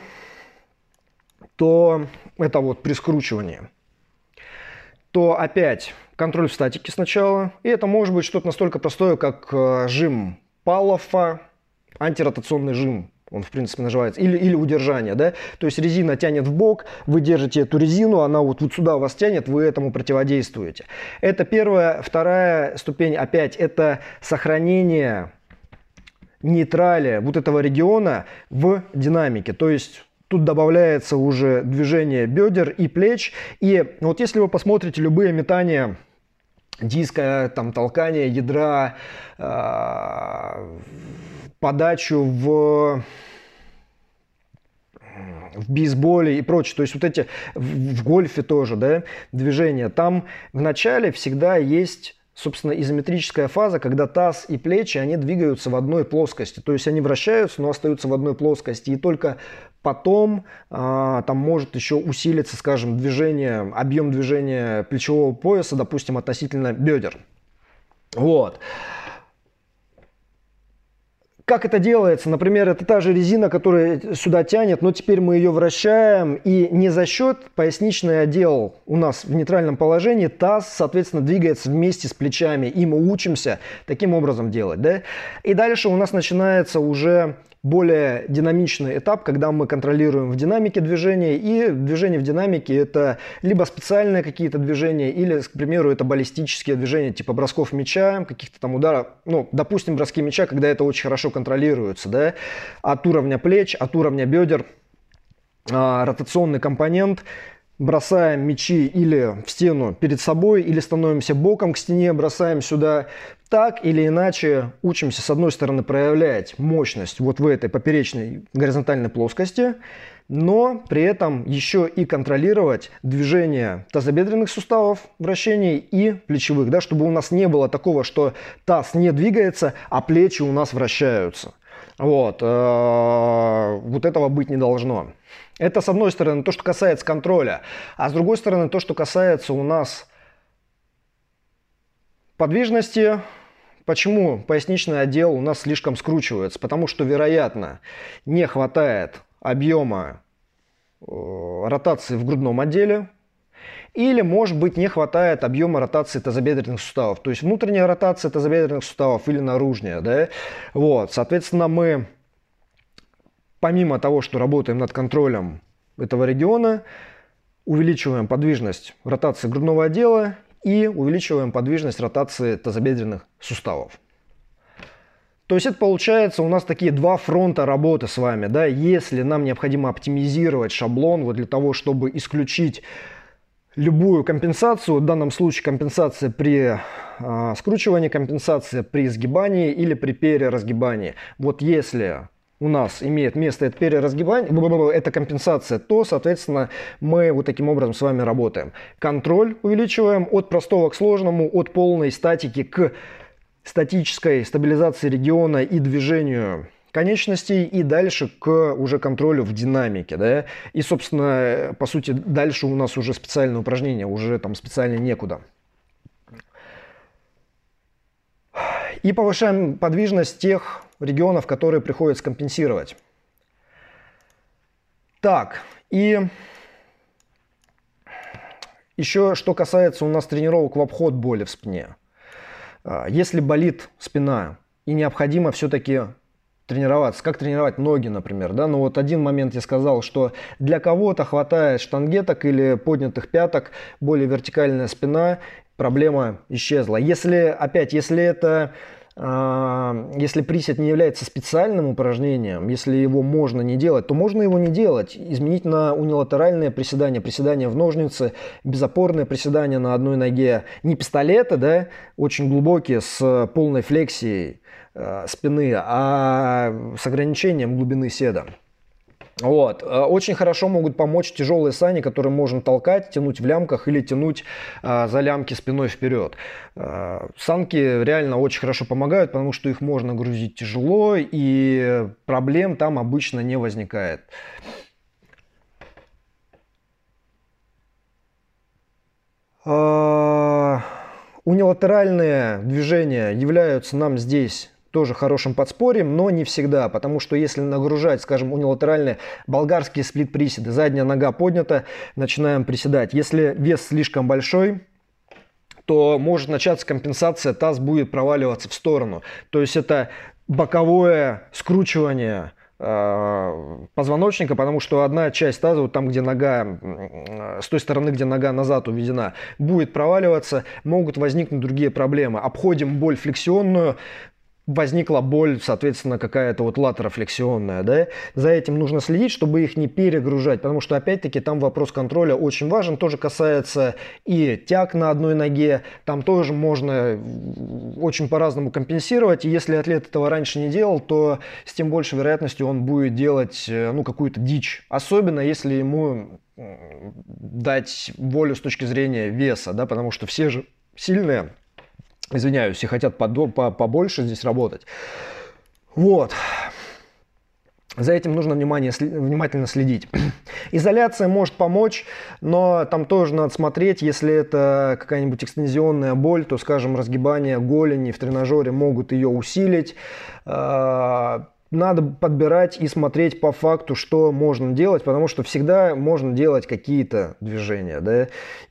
то это вот при скручивании, то опять контроль в статике сначала. И это может быть что-то настолько простое, как жим Паллофа, антиротационный жим. Он, в принципе, называется. Или удержание, да. То есть резина тянет в бок, вы держите эту резину, она вот сюда вас тянет, вы этому противодействуете. Это первая. Вторая ступень, опять, это сохранение нейтрали вот этого региона в динамике. То есть тут добавляется уже движение бедер и плеч. И вот если вы посмотрите любые метания диска, там, толкание ядра, подачу в бейсболе и прочее, то есть вот эти в гольфе тоже, да, движения, там в начале всегда есть, собственно, изометрическая фаза, когда таз и плечи, они двигаются в одной плоскости. То есть они вращаются, но остаются в одной плоскости. И только потом там может еще усилиться, скажем, движение, объем движения плечевого пояса, допустим, относительно бедер. Вот. Как это делается? Например, это та же резина, которая сюда тянет, но теперь мы ее вращаем, и не за счет поясничный отдел у нас в нейтральном положении, таз, соответственно, двигается вместе с плечами, и мы учимся таким образом делать. Да? И дальше у нас начинается уже более динамичный этап, когда мы контролируем в динамике движения, и движение в динамике это либо специальные какие-то движения, или, к примеру, это баллистические движения типа бросков мяча, каких-то там ударов, ну, допустим, броски мяча, когда это очень хорошо контролируется, да, от уровня плеч, от уровня бедер, ротационный компонент. Бросаем мячи или в стену перед собой, или становимся боком к стене, бросаем сюда. Так или иначе учимся, с одной стороны, проявлять мощность вот в этой поперечной горизонтальной плоскости, но при этом еще и контролировать движение тазобедренных суставов, вращений и плечевых, да, чтобы у нас не было такого, что таз не двигается, а плечи у нас вращаются. Вот этого быть не должно. Это, с одной стороны, то, что касается контроля, а с другой стороны, то, что касается у нас подвижности. Почему поясничный отдел у нас слишком скручивается? Потому что, вероятно, не хватает объема ротации в грудном отделе, или, может быть, не хватает объема ротации тазобедренных суставов. То есть внутренняя ротация тазобедренных суставов или наружная. Да? Вот, соответственно, мы, помимо того, что работаем над контролем этого региона, увеличиваем подвижность ротации грудного отдела и увеличиваем подвижность ротации тазобедренных суставов. То есть это получается у нас такие два фронта работы с вами. Да? Если нам необходимо оптимизировать шаблон вот для того, чтобы исключить любую компенсацию, в данном случае компенсация при скручивании, компенсация при сгибании или при переразгибании. Вот если у нас имеет место это переразгибание, это компенсация, то, соответственно, мы вот таким образом с вами работаем. Контроль увеличиваем от простого к сложному, от полной статики к статической стабилизации региона и движению конечностей, и дальше к уже контролю в динамике. Да? И, собственно, по сути, дальше у нас уже специальное упражнение, уже там специально некуда. И повышаем подвижность тех регионов, которые приходится компенсировать. Так, и еще что касается у нас тренировок в обход боли в спине. Если болит спина и необходимо все-таки тренироваться, как тренировать ноги, например, да, ну вот один момент я сказал, что для кого-то хватает штангеток или поднятых пяток, более вертикальная спина, проблема исчезла. Если это если присед не является специальным упражнением, если его можно не делать, то можно его не делать. Изменить на унилатеральное приседание, приседание в ножницы, безопорное приседание на одной ноге. Не пистолеты, да, очень глубокие, с полной флексией спины, а с ограничением глубины седа. Вот. Очень хорошо могут помочь тяжелые сани, которые можно толкать, тянуть в лямках или тянуть за лямки спиной вперед. Санки реально очень хорошо помогают, потому что их можно грузить тяжело, и проблем там обычно не возникает. Унилатеральные движения являются нам здесь тоже хорошим подспорьем, но не всегда, потому что если нагружать, скажем, унилатеральные болгарские сплит-приседы, задняя нога поднята, начинаем приседать. Если вес слишком большой, то может начаться компенсация, таз будет проваливаться в сторону. То есть это боковое скручивание позвоночника, потому что одна часть таза, вот там, где нога, с той стороны, где нога назад уведена, будет проваливаться, могут возникнуть другие проблемы. Обходим боль флексионную, возникла боль, соответственно, какая-то вот латерофлексионная, да, за этим нужно следить, чтобы их не перегружать, потому что, опять-таки, там вопрос контроля очень важен, тоже касается и тяг на одной ноге, там тоже можно очень по-разному компенсировать, и если атлет этого раньше не делал, то с тем большей вероятностью он будет делать, ну, какую-то дичь, особенно если ему дать волю с точки зрения веса, да, потому что все же сильные, извиняюсь, и хотят побольше здесь работать. Вот. За этим нужно внимательно следить. Изоляция может помочь, но там тоже надо смотреть, если это какая-нибудь экстензионная боль, то, скажем, разгибание голени в тренажере могут ее усилить. Надо подбирать и смотреть по факту, что можно делать, потому что всегда можно делать какие-то движения, да,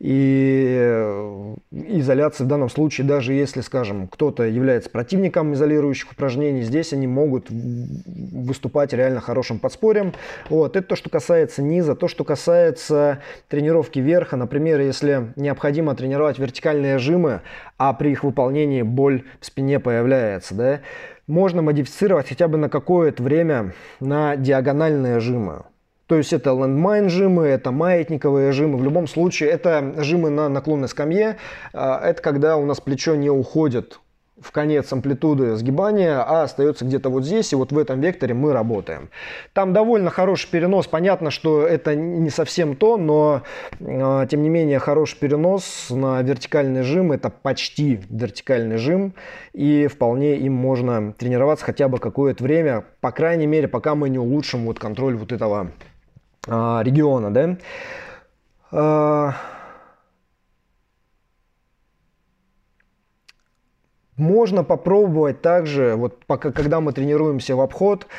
и изоляция в данном случае, даже если, скажем, кто-то является противником изолирующих упражнений, здесь они могут выступать реально хорошим подспорьем. Вот, это то, что касается низа. То, что касается тренировки верха, например, если необходимо тренировать вертикальные жимы, а при их выполнении боль в спине появляется, да, можно модифицировать хотя бы на какое-то время на диагональные жимы. То есть это лэндмайн жимы, это маятниковые жимы. В любом случае это жимы на наклонной скамье. Это когда у нас плечо не уходит в конец амплитуды сгибания, а остается где-то вот здесь, и вот в этом векторе мы работаем. Там довольно хороший перенос. Понятно, что это не совсем то, но тем не менее хороший перенос на вертикальный жим. Это почти вертикальный жим, и вполне им можно тренироваться хотя бы какое-то время, по крайней мере, пока мы не улучшим вот контроль вот этого региона, да. Можно попробовать также, вот пока, когда мы тренируемся в обход,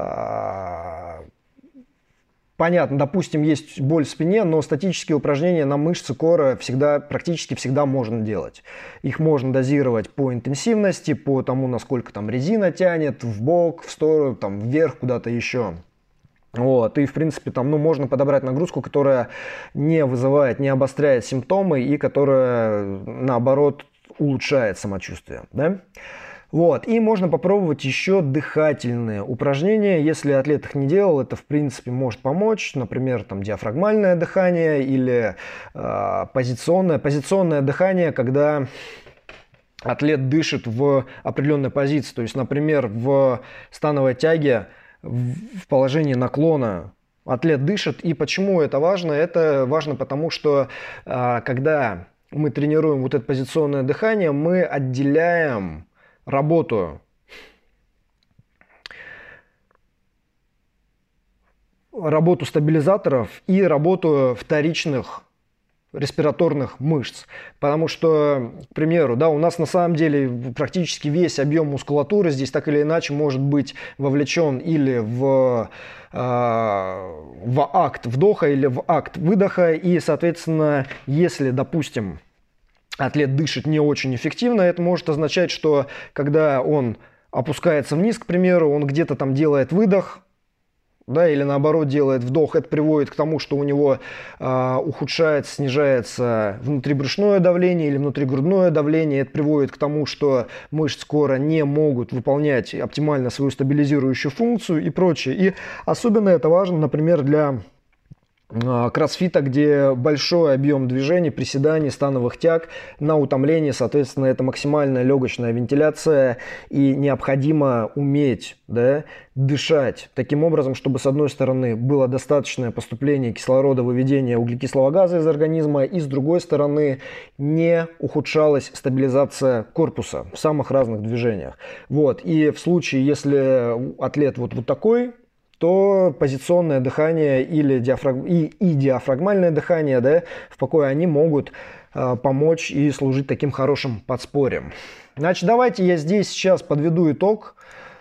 понятно, допустим, есть боль в спине, но статические упражнения на мышцы кора практически всегда можно делать. Их можно дозировать по интенсивности, по тому, насколько там резина тянет, в бок, в сторону, там, вверх, куда-то еще. Вот, и в принципе там, можно подобрать нагрузку, которая не вызывает, не обостряет симптомы и которая, наоборот, улучшает самочувствие, да? Вот. И можно попробовать еще дыхательные упражнения. Если атлет их не делал, это в принципе может помочь. Например, там диафрагмальное дыхание или позиционное. Позиционное дыхание, когда атлет дышит в определенной позиции. То есть, например, в становой тяге в положении наклона атлет дышит. И почему это важно? Это важно потому, что когда мы тренируем вот это позиционное дыхание, мы отделяем работу стабилизаторов и работу вторичных респираторных мышц. Потому что, к примеру, да, у нас на самом деле практически весь объем мускулатуры здесь так или иначе может быть вовлечен или в акт вдоха или в акт выдоха. И, соответственно, если, допустим, атлет дышит не очень эффективно, это может означать, что когда он опускается вниз, к примеру, он где-то там делает выдох, да, или наоборот делает вдох, это приводит к тому, что у него ухудшается, снижается внутрибрюшное давление или внутригрудное давление, это приводит к тому, что мышцы кора не могут выполнять оптимально свою стабилизирующую функцию и прочее. И особенно это важно, например, для кроссфита, где большой объем движений, приседаний, становых тяг на утомление, соответственно, это максимальная легочная вентиляция, и необходимо уметь, да, дышать таким образом, чтобы с одной стороны было достаточное поступление кислорода, выведение углекислого газа из организма, и с другой стороны не ухудшалась стабилизация корпуса в самых разных движениях. Вот. И в случае, если атлет вот такой, то позиционное дыхание или диафрагмальное дыхание, да, в покое, они могут помочь и служить таким хорошим подспорьем. Значит, давайте я здесь сейчас подведу итог.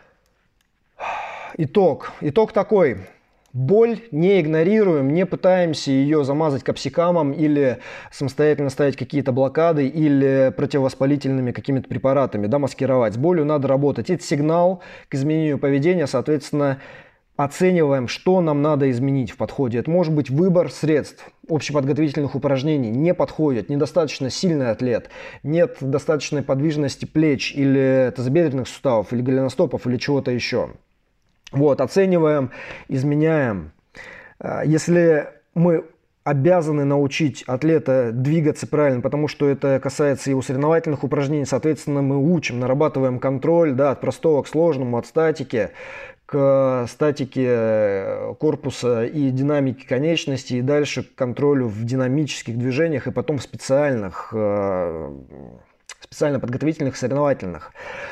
Итог такой. Боль не игнорируем, не пытаемся ее замазать капсикамом или самостоятельно ставить какие-то блокады или противовоспалительными какими-то препаратами, да, маскировать. С болью надо работать. Это сигнал к изменению поведения, соответственно, оцениваем, что нам надо изменить в подходе. Это может быть выбор средств, общеподготовительных упражнений не подходит, недостаточно сильный атлет, нет достаточной подвижности плеч или тазобедренных суставов, или голеностопов, или чего-то еще. Вот, оцениваем, изменяем. Если мы обязаны научить атлета двигаться правильно, потому что это касается его соревновательных упражнений, соответственно, мы учим, нарабатываем контроль, да, от простого к сложному, от статики к статике корпуса и динамике конечностей, и дальше к контролю в динамических движениях, и потом в специально подготовительных, соревновательных.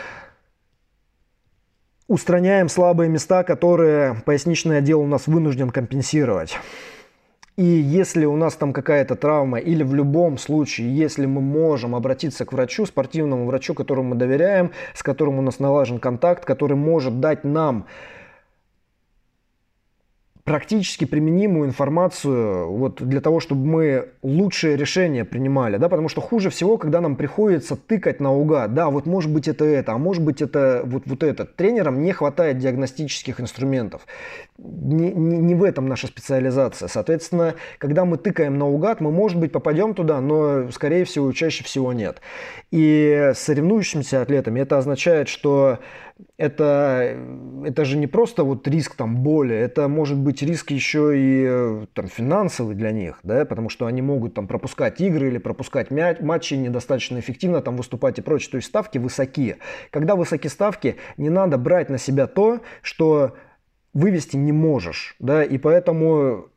Устраняем слабые места, которые поясничный отдел у нас вынужден компенсировать. И если у нас там какая-то травма, или в любом случае, если мы можем обратиться к врачу, спортивному врачу, которому мы доверяем, с которым у нас налажен контакт, который может дать нам практически применимую информацию вот, для того, чтобы мы лучшие решения принимали, да, потому что хуже всего, когда нам приходится тыкать наугад, да, вот может быть это, а может быть это вот это. Тренерам не хватает диагностических инструментов, не в этом наша специализация. Соответственно, когда мы тыкаем наугад, мы, может быть, попадем туда, но, скорее всего, чаще всего нет. И с соревнующимися атлетами это означает, что это же не просто вот риск там боли, это может быть риск еще и там финансовый для них, да, потому что они могут там пропускать игры или пропускать матчи, недостаточно эффективно там выступать и прочее. То есть ставки высоки. Когда высоки ставки, не надо брать на себя то, что вывести не можешь, да, и поэтому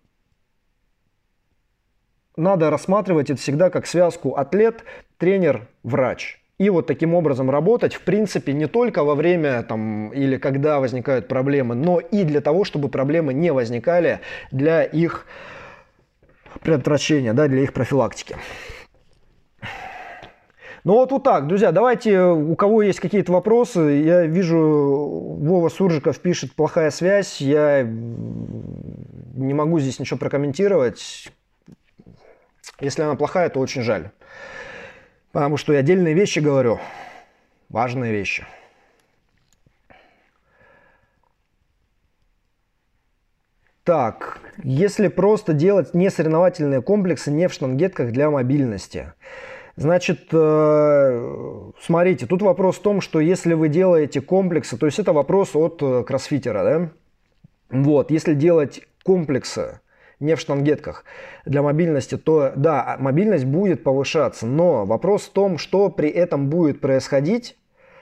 надо рассматривать это всегда как связку атлет, тренер, врач. И вот таким образом работать, в принципе, не только во время там, или когда возникают проблемы, но и для того, чтобы проблемы не возникали для их предотвращения, да, для их профилактики. Ну вот так, друзья, давайте, у кого есть какие-то вопросы, я вижу, Вова Суржиков пишет «плохая связь», я не могу здесь ничего прокомментировать, если она плохая, то очень жаль. Потому что я отдельные вещи говорю, важные вещи. Так, если просто делать несоревновательные комплексы не в штангетках для мобильности. Значит, смотрите, тут вопрос в том, что если вы делаете комплексы, то есть это вопрос от кроссфитера, да? Вот, если делать комплексы не в штангетках для мобильности, то да, мобильность будет повышаться, но вопрос в том, что при этом будет происходить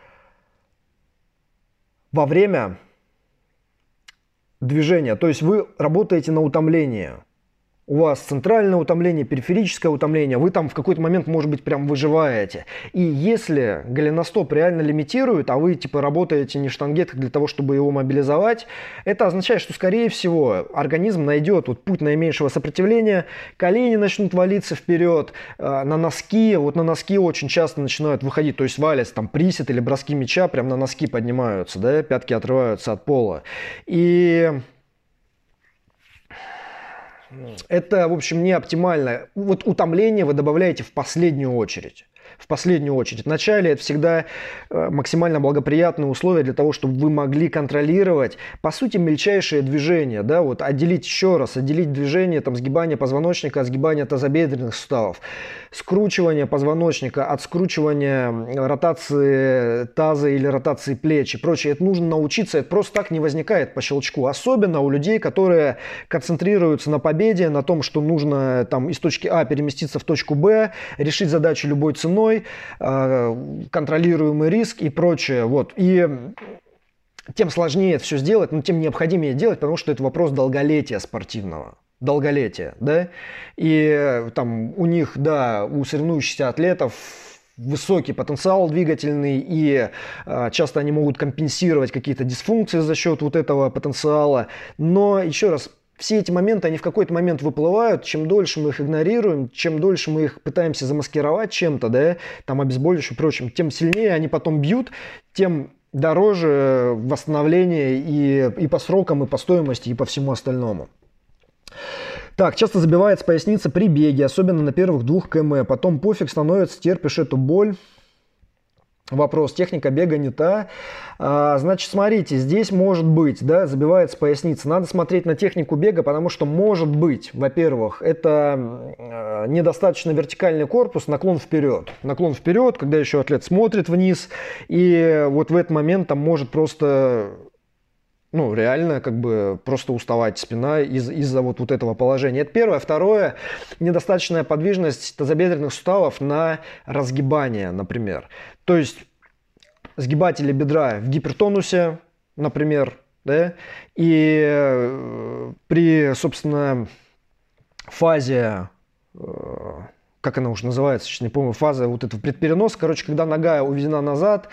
во время движения. То есть вы работаете на утомление. У вас центральное утомление, периферическое утомление, вы там в какой-то момент, может быть, прям выживаете. И если голеностоп реально лимитирует, а вы типа работаете не в штангетках для того, чтобы его мобилизовать, это означает, что, скорее всего, организм найдет вот путь наименьшего сопротивления, колени начнут валиться вперед, на носки, вот на носки очень часто начинают выходить, то есть валятся там присед или броски мяча, прям на носки поднимаются, да, пятки отрываются от пола. И это, в общем, не оптимально. Вот утомление вы добавляете в последнюю очередь. в последнюю очередь. Вначале это всегда максимально благоприятные условия для того, чтобы вы могли контролировать, по сути, мельчайшие движения, да, вот отделить еще раз, отделить движение, там, сгибание позвоночника от сгибания тазобедренных суставов, скручивание позвоночника от скручивания ротации таза или ротации плеч и прочее. Это нужно научиться, это просто так не возникает по щелчку, особенно у людей, которые концентрируются на победе, на том, что нужно там из точки А переместиться в точку Б, решить задачу любой ценой, контролируемый риск и прочее. Вот. И тем сложнее это все сделать, но тем необходимее делать, потому что это вопрос долголетия спортивного. Долголетия, да? И там у них, да, у соревнующихся атлетов высокий потенциал двигательный, и часто они могут компенсировать какие-то дисфункции за счет вот этого потенциала. Но, еще раз, все эти моменты, они в какой-то момент выплывают. Чем дольше мы их игнорируем, чем дольше мы их пытаемся замаскировать чем-то, да, там обезболивающим и прочим, тем сильнее они потом бьют, тем дороже восстановление и по срокам, и по стоимости, и по всему остальному. Так, часто забивается поясница при беге, особенно на первых 2 км. Потом пофиг становится, терпишь эту боль. Вопрос, техника бега не та. Значит, смотрите, здесь может быть, да, забивается поясница. Надо смотреть на технику бега, потому что может быть, во-первых, это недостаточно вертикальный корпус, наклон вперед. Наклон вперед, когда еще атлет смотрит вниз, и вот в этот момент там может просто... Ну, реально, как бы, просто уставать спина из-за вот этого положения. Это первое. Второе, недостаточная подвижность тазобедренных суставов на разгибание, например. То есть, сгибатели бедра в гипертонусе, например, да, и при, собственно, фазе, как она уже называется, сейчас не помню, фаза вот этого предпереноса, короче, когда нога уведена назад,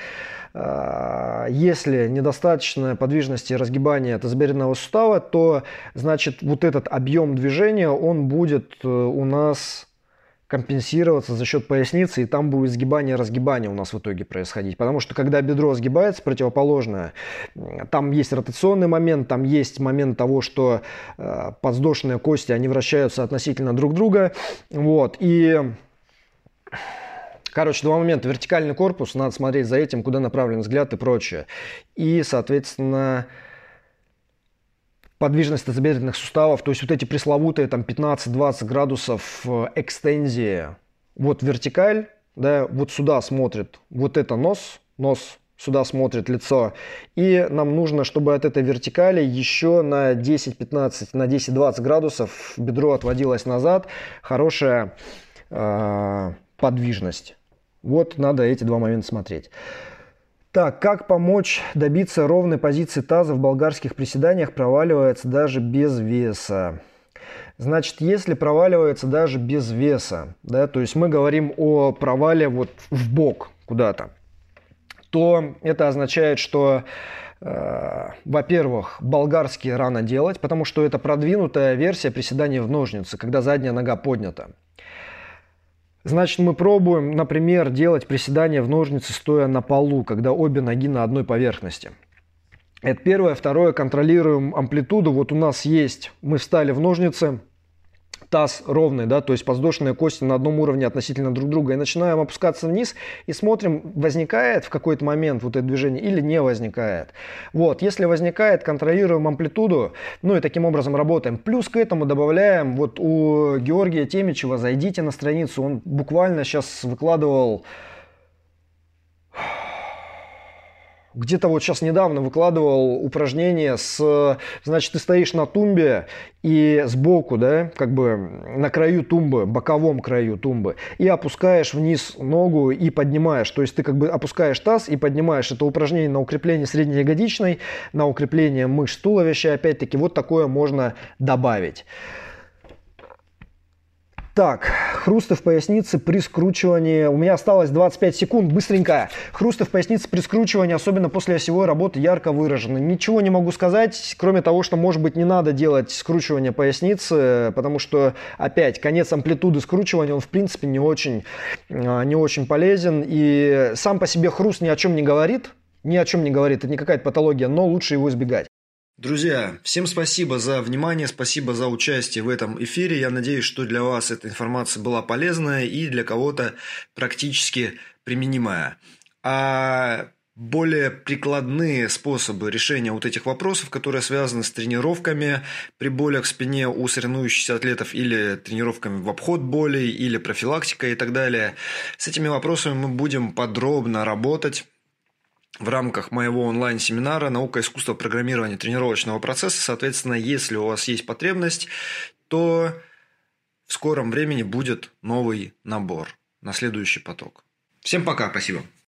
если недостаточная подвижности и разгибания тазобедренного сустава, то, значит, вот этот объем движения, он будет у нас компенсироваться за счет поясницы, и там будет сгибание и разгибание у нас в итоге происходить. Потому что когда бедро сгибается, противоположное, там есть ротационный момент, там есть момент того, что подвздошные кости, они вращаются относительно друг друга. Вот, и... Короче, 2 момента. Вертикальный корпус, надо смотреть за этим, куда направлен взгляд и прочее. И, соответственно, подвижность тазобедренных суставов, то есть вот эти пресловутые там 15-20 градусов экстензии. Вот вертикаль, да, вот сюда смотрит вот это нос, сюда смотрит лицо. И нам нужно, чтобы от этой вертикали еще на 10-15, на 10-20 градусов бедро отводилось назад. Хорошая подвижность. Вот надо эти 2 момента смотреть. Так, как помочь добиться ровной позиции таза в болгарских приседаниях, проваливается даже без веса? Значит, если проваливается даже без веса, да, то есть мы говорим о провале вот в бок куда-то, то это означает, что, во-первых, болгарские рано делать, потому что это продвинутая версия приседания в ножницы, когда задняя нога поднята. Значит, мы пробуем, например, делать приседания в ножницы, стоя на полу, когда обе ноги на одной поверхности. Это первое. Второе, контролируем амплитуду. Вот у нас есть, мы встали в ножницы, таз ровный, да, то есть подвздошные кости на одном уровне относительно друг друга, и начинаем опускаться вниз и смотрим, возникает в какой-то момент вот это движение или не возникает. Вот, если возникает, контролируем амплитуду, ну и таким образом работаем. Плюс к этому добавляем, вот у Георгия Темичева, зайдите на страницу, он буквально сейчас выкладывал... Где-то вот сейчас недавно выкладывал упражнение с, значит, ты стоишь на тумбе и сбоку, да, как бы на краю тумбы, боковом краю тумбы, и опускаешь вниз ногу и поднимаешь. То есть ты как бы опускаешь таз и поднимаешь. Это упражнение на укрепление среднеягодичной, на укрепление мышц туловища. Опять-таки вот такое можно добавить. Так, хрусты в пояснице при скручивании. У меня осталось 25 секунд, быстренько. Хрусты в пояснице при скручивании, особенно после осевой работы, ярко выражены. Ничего не могу сказать, кроме того, что, может быть, не надо делать скручивание поясницы, потому что, опять, конец амплитуды скручивания, он, в принципе, не очень полезен. И сам по себе хруст ни о чем не говорит, это не какая-то патология, но лучше его избегать. Друзья, всем спасибо за внимание, спасибо за участие в этом эфире. Я надеюсь, что для вас эта информация была полезная и для кого-то практически применимая. А более прикладные способы решения вот этих вопросов, которые связаны с тренировками при болях в спине у соревнующихся атлетов или тренировками в обход болей, или профилактикой и так далее, с этими вопросами мы будем подробно работать в рамках моего онлайн-семинара «Наука и искусство программирования тренировочного процесса». Соответственно, если у вас есть потребность, то в скором времени будет новый набор на следующий поток. Всем пока, спасибо.